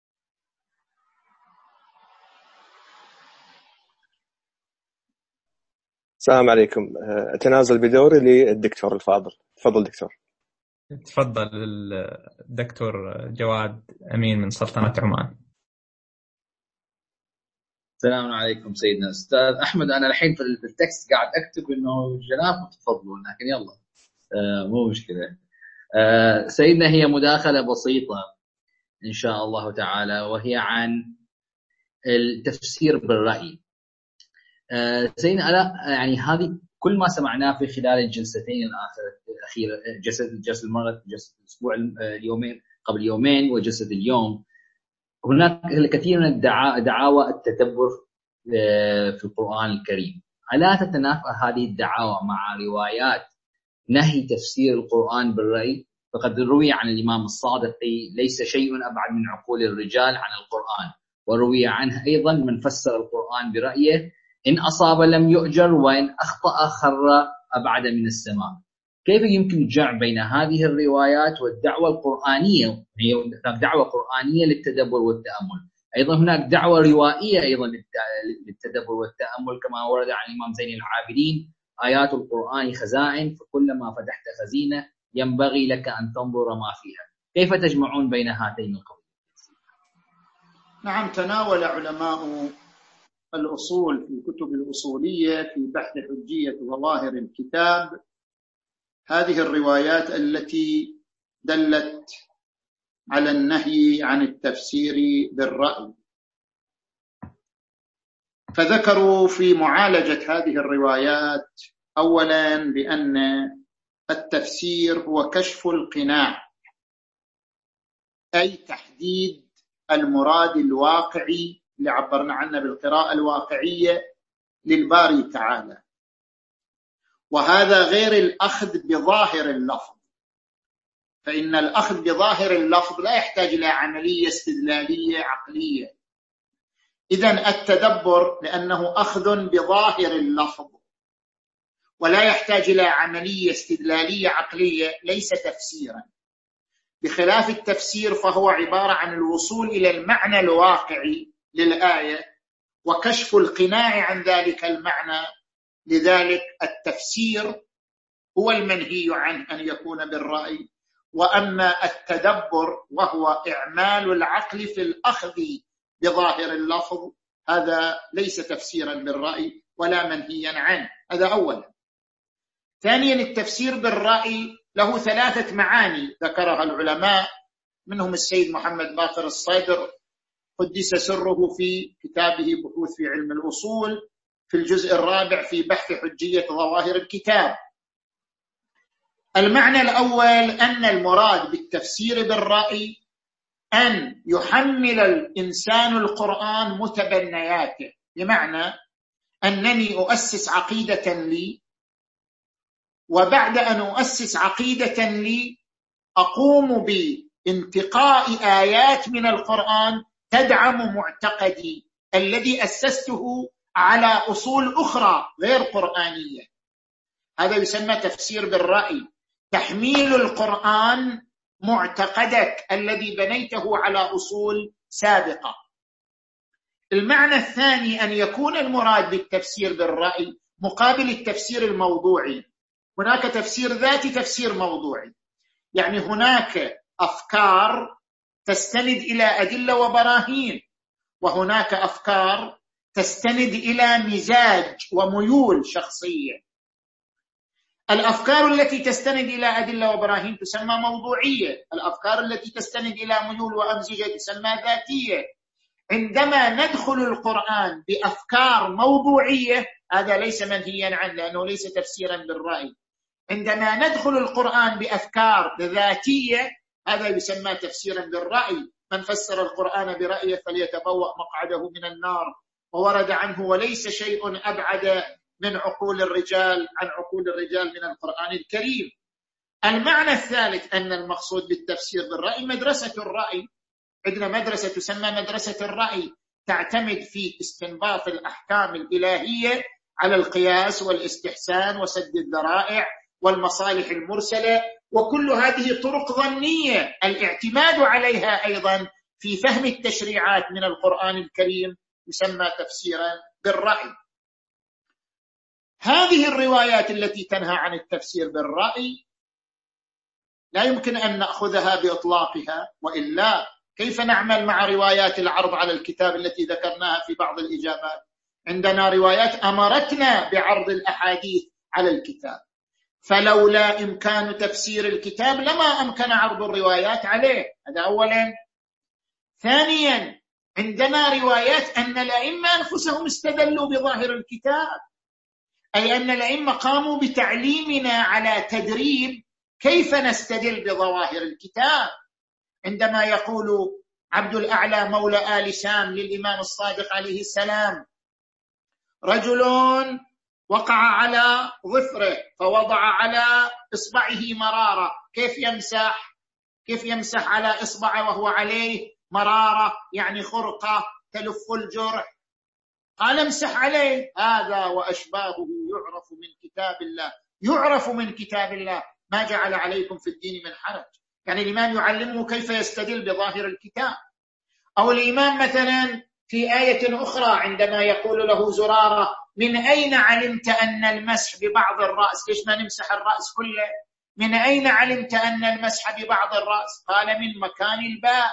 السلام عليكم. أتنازل بدوري للدكتور الفاضل. تفضل دكتور. تفضل الدكتور جواد أمين من سلطنة عمان. السلام عليكم سيدنا أستاذ أحمد. أنا الحين في التكست قاعد أكتب إنه جناب تفضلون، لكن يلا آه مو مشكلة. آه سيدنا هي مداخلة بسيطة إن شاء الله تعالى، وهي عن التفسير بالرأي. آه سيدنا ألا يعني هذه كل ما سمعناه في خلال الجلستين الأخيرة، جلسة جلسة المرة جلسة الأسبوع اليومين قبل يومين وجلسة اليوم، هناك الكثير من الدعاوى التدبر في القرآن الكريم. ألا تتنافى هذه الدعاوى مع روايات نهي تفسير القرآن بالرأي؟ فقد روي عن الإمام الصادقي: ليس شيء أبعد من عقول الرجال عن القرآن. وروي عنه أيضا: من فسر القرآن برأيه إن أصاب لم يؤجر وإن أخطأ خر أبعد من السماء. كيف يمكن الجمع بين هذه الروايات والدعوة القرآنية؟ هي هناك دعوة قرآنية للتدبر والتأمل، أيضا هناك دعوة روائية أيضا للتدبر والتأمل، كما ورد عن الإمام زين العابدين: آيات القرآن خزائن فكلما فتحت خزينة ينبغي لك أن تنظر ما فيها. كيف تجمعون بين هاتين القضيتين؟ نعم، تناول علماء الأصول في كتب الأصولية في بحث حجية ظواهر الكتاب هذه الروايات التي دلت على النهي عن التفسير بالرأي، فذكروا في معالجة هذه الروايات أولا بأن التفسير هو كشف القناع، أي تحديد المراد الواقعي اللي عبرنا عنه بالقراءة الواقعية للباري تعالى، وهذا غير الأخذ بظاهر اللفظ، فإن الأخذ بظاهر اللفظ لا يحتاج إلى عملية استدلالية عقلية. إذن التدبر لأنه أخذ بظاهر اللفظ ولا يحتاج إلى عملية استدلالية عقلية ليس تفسيرا، بخلاف التفسير فهو عبارة عن الوصول إلى المعنى الواقعي للآية وكشف القناع عن ذلك المعنى. لذلك التفسير هو المنهي عن أن يكون بالرأي، وأما التدبر وهو إعمال العقل في الأخذ بظاهر اللفظ هذا ليس تفسيرا بالرأي ولا منهيا عنه. هذا أولا. ثانيا، التفسير بالرأي له ثلاثة معاني ذكرها العلماء، منهم السيد محمد باقر الصدر قدس سره في كتابه بحوث في علم الأصول في الجزء الرابع في بحث حجية ظواهر الكتاب. المعنى الأول أن المراد بالتفسير بالرأي أن يحمل الإنسان القرآن متبنياته، بمعنى أنني أؤسس عقيدة لي، وبعد أن أؤسس عقيدة لي أقوم بانتقاء آيات من القرآن تدعم معتقدي الذي أسسته على أصول أخرى غير قرآنية. هذا يسمى تفسير بالرأي، تحميل القرآن معتقدك الذي بنيته على أصول سابقة. المعنى الثاني أن يكون المراد بالتفسير بالرأي مقابل التفسير الموضوعي. هناك تفسير ذاتي، تفسير موضوعي، يعني هناك أفكار تستند إلى أدلة وبراهين، وهناك أفكار تستند إلى مزاج وميول شخصية. الأفكار التي تستند إلى أدلة وبراهين تسمى موضوعية، الأفكار التي تستند إلى ميول وأمزجة تسمى ذاتية. عندما ندخل القرآن بأفكار موضوعية هذا ليس منهيا عنه لأنه ليس تفسيرا بالرأي. عندما ندخل القرآن بأفكار ذاتية هذا يسمى تفسيرا بالرأي. من فسر القرآن برأيه فليتبوأ مقعده من النار، وورد عنه وليس شيء أبعد من عقول الرجال عن عقول الرجال من القرآن الكريم. المعنى الثالث أن المقصود بالتفسير بالرأي مدرسة الرأي. عندنا مدرسة تسمى مدرسة الرأي، تعتمد في استنباط الأحكام الإلهية على القياس والاستحسان وسد الذرائع والمصالح المرسلة، وكل هذه طرق ظنية الاعتماد عليها أيضا في فهم التشريعات من القرآن الكريم يسمى تفسيرا بالرأي. هذه الروايات التي تنهى عن التفسير بالرأي لا يمكن أن نأخذها بإطلاقها، وإلا كيف نعمل مع روايات العرض على الكتاب التي ذكرناها في بعض الإجابات؟ عندنا روايات أمرتنا بعرض الأحاديث على الكتاب، فلولا إمكان تفسير الكتاب لما أمكن عرض الروايات عليه. هذا أولا. ثانيا، عندنا روايات أن الأئمة أنفسهم استدلوا بظاهر الكتاب، أي أن الأئمة قاموا بتعليمنا على تدريب كيف نستدل بظواهر الكتاب. عندما يقول عبد الأعلى مولى آل سام للإمام الصادق عليه السلام: رجل وقع على ظفره فوضع على إصبعه مرارة، كيف يمسح؟ كيف يمسح على إصبعه وهو عليه مرارة، يعني خرقة تلف الجرح؟ قال امسح عليه. هذا وأشباهه يعرف من كتاب الله، يعرف من كتاب الله، ما جعل عليكم في الدين من حرج. يعني الإمام يعلمه كيف يستدل بظاهر الكتاب. أو الإمام مثلا في آية أخرى عندما يقول له زرارة: من أين علمت أن المسح ببعض الرأس؟ ليش ما نمسح الرأس كله؟ من أين علمت أن المسح ببعض الرأس؟ قال: من مكان الباء.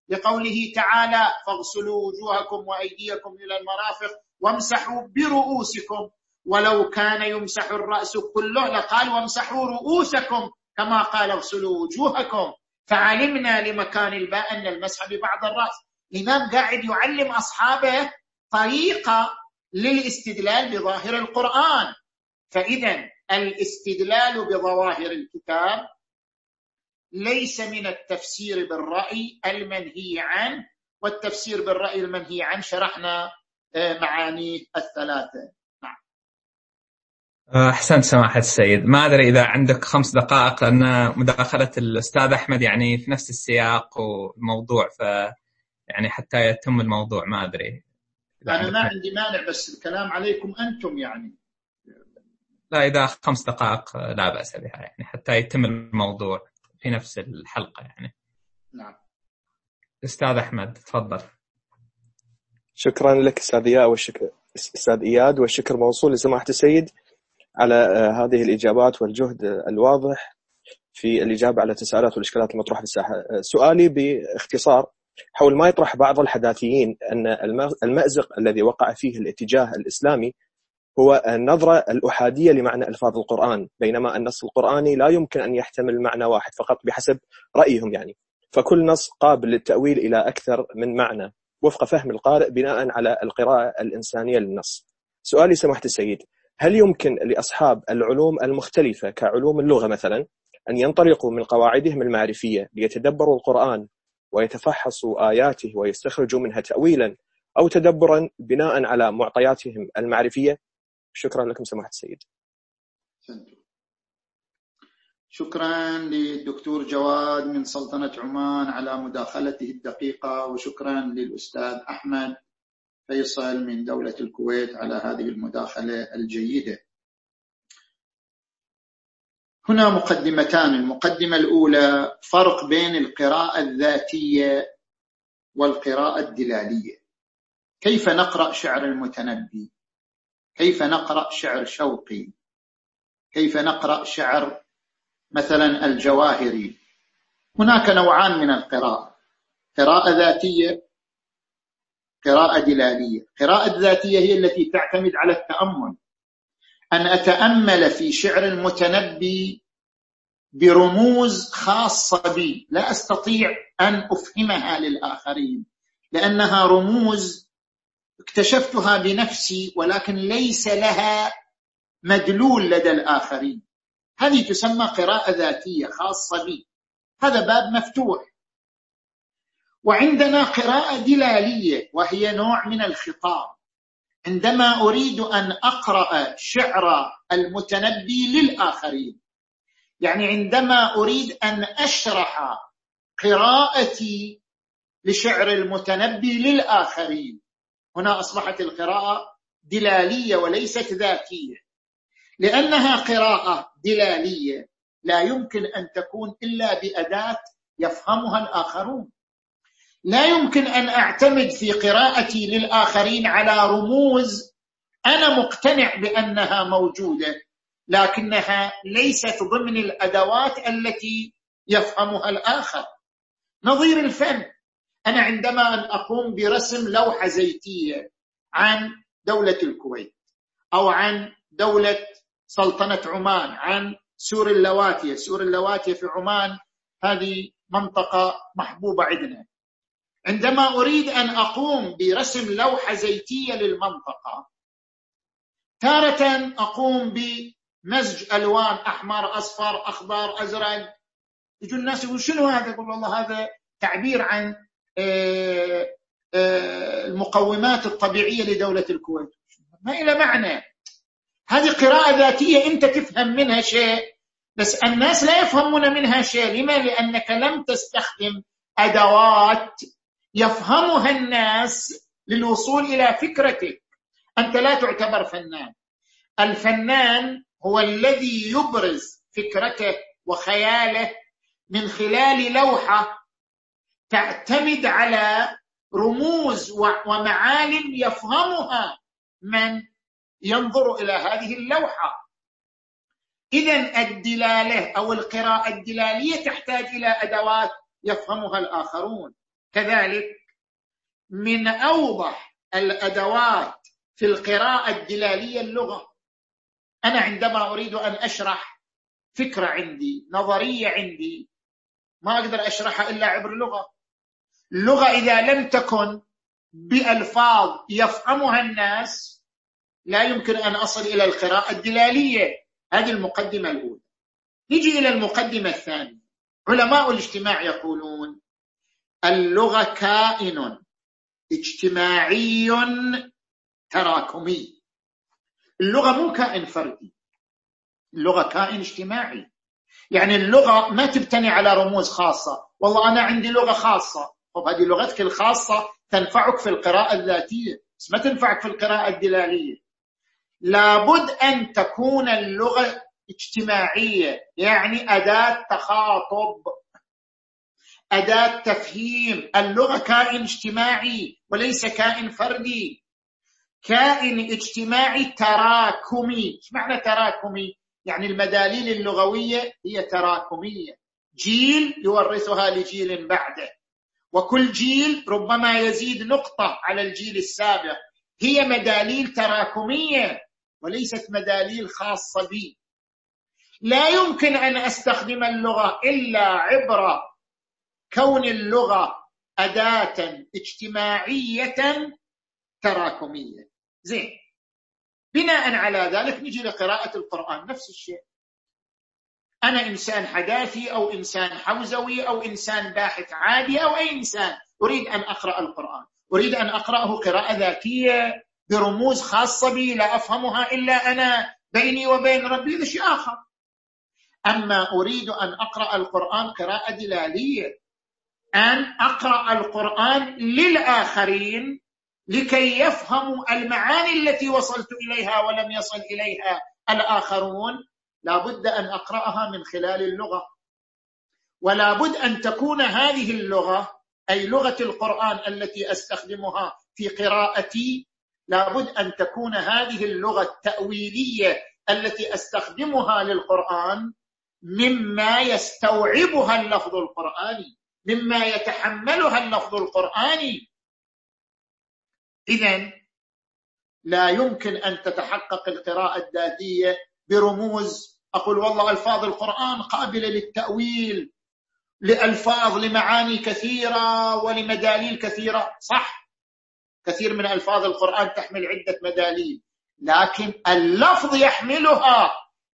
لقوله تعالى فاغسلوا وجوهكم وأيديكم إلى المرافق وامسحوا برؤوسكم، ولو كان يمسح الرأس كله لقال وامسحوا رؤوسكم كما قال اغسلوا وجوهكم، فعلمنا لمكان الباء أن المسح ببعض الرأس. الإمام قاعد يعلم أصحابه طريقة للاستدلال بظاهر القرآن. فإذا الاستدلال بظواهر الكتاب ليس من التفسير بالرأي المنهي عنه، والتفسير بالرأي المنهي عنه شرحنا معانيه الثلاثة. نعم. أحسنت سماحة السيد. ما أدري إذا عندك خمس دقائق، لأن مداخلة الأستاذ أحمد يعني في نفس السياق والموضوع، ف يعني حتى يتم الموضوع. ما أدري. أنا ما عندي مانع، بس الكلام عليكم أنتم يعني. لا، إذا خمس دقائق لا بأس بها، يعني حتى يتم الموضوع في نفس الحلقة يعني. نعم. أستاذ أحمد تفضل. شكرا لك أستاذ إياد والشكر أستاذ إياد والشكر موصول لسماحة السيد على هذه الإجابات والجهد الواضح في الإجابة على التساؤلات والإشكالات المطروحة في الساحة. سؤالي باختصار حول ما يطرح بعض الحداثيين أن المأزق الذي وقع فيه الاتجاه الإسلامي هو النظرة الأحادية لمعنى ألفاظ القرآن، بينما النص القرآني لا يمكن أن يحتمل معنى واحد فقط بحسب رأيهم يعني، فكل نص قابل للتأويل إلى أكثر من معنى وفق فهم القارئ بناء على القراءة الإنسانية للنص. سؤالي سماحة السيد، هل يمكن لأصحاب العلوم المختلفة كعلوم اللغة مثلا أن ينطلقوا من قواعدهم المعرفية ليتدبروا القرآن ويتفحصوا آياته ويستخرجوا منها تأويلا أو تدبرا بناء على معطياتهم المعرفية؟ شكرا لكم سماحة السيد. شكرا للدكتور جواد من سلطنة عمان على مداخلته الدقيقة، وشكرا للأستاذ أحمد فيصل من دولة الكويت على هذه المداخلة الجيدة. هنا مقدمتان. المقدمة الأولى فرق بين القراءة الذاتية والقراءة الدلالية. كيف نقرأ شعر المتنبي؟ كيف نقرأ شعر شوقي؟ كيف نقرأ شعر مثلا الجواهري؟ هناك نوعان من القراءة، قراءة ذاتية، قراءة دلالية. قراءة ذاتية هي التي تعتمد على التأمل، أن أتأمل في شعر المتنبي برموز خاصة بي لا أستطيع أن أفهمها للآخرين، لأنها رموز اكتشفتها بنفسي ولكن ليس لها مدلول لدى الآخرين. هذه تسمى قراءة ذاتية خاصة بي، هذا باب مفتوح. وعندنا قراءة دلالية وهي نوع من الخطاب، عندما أريد أن أقرأ شعر المتنبي للآخرين، يعني عندما أريد أن أشرح قراءتي لشعر المتنبي للآخرين، هنا أصبحت القراءة دلالية وليست ذاتية. لأنها قراءة دلالية لا يمكن أن تكون إلا بأداة يفهمها الآخرون. لا يمكن أن أعتمد في قراءتي للآخرين على رموز أنا مقتنع بأنها موجودة لكنها ليست ضمن الأدوات التي يفهمها الآخر. نظير الفن، أنا عندما أن أقوم برسم لوحة زيتية عن دولة الكويت أو عن دولة سلطنة عمان، عن سور اللواتية، سور اللواتية في عمان هذه منطقة محبوبة عندنا، عندما أريد أن أقوم برسم لوحة زيتية للمنطقة، تارة أقوم بمزج ألوان أحمر أصفر أخضر أزرق، يجوا الناس يقول شنو هذا؟ يقول والله هذا تعبير عن المقومات الطبيعية لدولة الكويت، ما إلى معنى. هذه قراءة ذاتية أنت تفهم منها شيء بس الناس لا يفهمون منها شيء. لما؟ لأنك لم تستخدم أدوات يفهمها الناس للوصول إلى فكرتك. أنت لا تعتبر فنان. الفنان هو الذي يبرز فكرته وخياله من خلال لوحة تعتمد على رموز ومعالم يفهمها من ينظر إلى هذه اللوحة. إذن الدلالة أو القراءة الدلالية تحتاج إلى أدوات يفهمها الآخرون. كذلك من أوضح الأدوات في القراءة الدلالية اللغة. أنا عندما أريد أن أشرح فكرة عندي، نظرية عندي، ما أقدر أشرحها إلا عبر لغة. اللغة إذا لم تكن بألفاظ يفهمها الناس لا يمكن أن أصل إلى القراءة الدلالية. هذه المقدمة الأولى. نجي إلى المقدمة الثانية. علماء الاجتماع يقولون اللغة كائن اجتماعي تراكمي. اللغة مو كائن فردي، اللغة كائن اجتماعي. يعني اللغة ما تبتني على رموز خاصة. والله أنا عندي لغة خاصة، طب هذه لغتك الخاصة تنفعك في القراءة الذاتية بس ما تنفعك في القراءة الدلالية. لابد أن تكون اللغة اجتماعية، يعني أداة تخاطب، أداة تفهيم. اللغة كائن اجتماعي وليس كائن فردي، كائن اجتماعي تراكمي. ايش معنى تراكمي؟ يعني المداليل اللغوية هي تراكمية، جيل يورثها لجيل بعده، وكل جيل ربما يزيد نقطة على الجيل السابق. هي مداليل تراكمية وليست مداليل خاصة بي. لا يمكن أن أستخدم اللغة إلا عبر كون اللغة أداة اجتماعية تراكمية. زين، بناء على ذلك نجي لقراءة القرآن. نفس الشيء، أنا إنسان حداثي أو إنسان حوزوي أو إنسان باحث عادي أو أي إنسان أريد أن أقرأ القرآن، أريد أن أقرأه قراءة ذاتية برموز خاصة بي لا أفهمها إلا أنا بيني وبين ربي، هذا شيء آخر. أما أريد أن أقرأ القرآن قراءة دلالية، أن أقرأ القرآن للآخرين لكي يفهموا المعاني التي وصلت إليها ولم يصل إليها الآخرون، لابد أن أقرأها من خلال اللغة. ولابد أن تكون هذه اللغة، أي لغة القرآن التي أستخدمها في قراءتي، لابد أن تكون هذه اللغة التأويلية التي أستخدمها للقرآن مما يستوعبها اللفظ القرآني، مما يتحملها اللفظ القرآني. إذن لا يمكن أن تتحقق القراءة الذاتية برموز. أقول والله ألفاظ القرآن قابلة للتأويل، لألفاظ لمعاني كثيرة ولمداليل كثيرة. صح، كثير من ألفاظ القرآن تحمل عدة مداليل، لكن اللفظ يحملها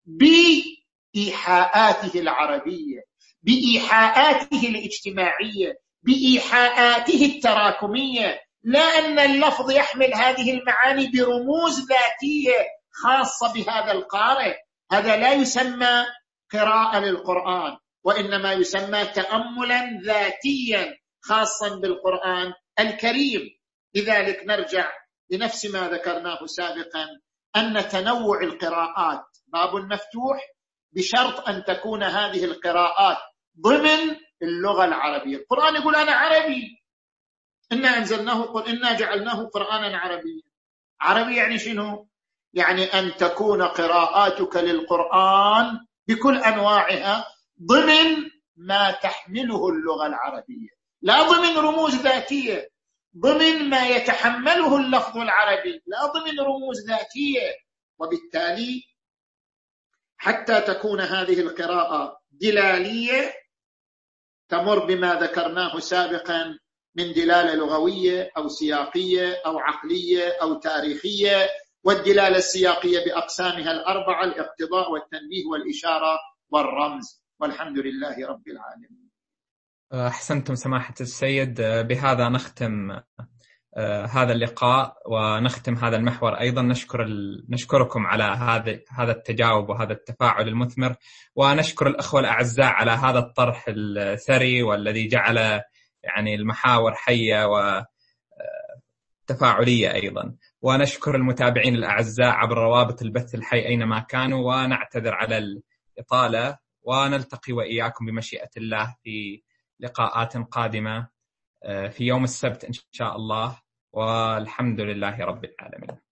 بإيحاءاته العربية، بإيحاءاته الاجتماعية، بإيحاءاته التراكمية، لا أن اللفظ يحمل هذه المعاني برموز ذاتية خاصة بهذا القارئ. هذا لا يسمى قراءة للقرآن، وإنما يسمى تأملا ذاتيا خاصا بالقرآن الكريم. لذلك نرجع لنفس ما ذكرناه سابقا، أن تنوع القراءات باب مفتوح بشرط أن تكون هذه القراءات ضمن اللغة العربية. القرآن يقول أنا عربي، إنا أنزلناه قل إنا جعلناه قرآنا عربيا. عربي يعني شنو؟ يعني أن تكون قراءاتك للقرآن بكل أنواعها ضمن ما تحمله اللغة العربية، لا ضمن رموز ذاتية، ضمن ما يتحمله اللفظ العربي، لا ضمن رموز ذاتية. وبالتالي حتى تكون هذه القراءة دلالية تمر بما ذكرناه سابقا من دلالة لغوية أو سياقية أو عقلية أو تاريخية. والدلالة السياقية بأقسامها الأربعة: الاقتضاء والتنبيه والإشارة والرمز. والحمد لله رب العالمين. أحسنتم سماحة السيد. بهذا نختم هذا اللقاء ونختم هذا المحور. أيضا نشكر ال... نشكركم على هذا هذا التجاوب وهذا التفاعل المثمر، ونشكر الأخوة الأعزاء على هذا الطرح الثري والذي جعل يعني المحاور حية وتفاعلية أيضا. ونشكر المتابعين الأعزاء عبر روابط البث الحي أينما كانوا، ونعتذر على الإطالة، ونلتقي وإياكم بمشيئة الله في لقاءات قادمة في يوم السبت إن شاء الله، والحمد لله رب العالمين.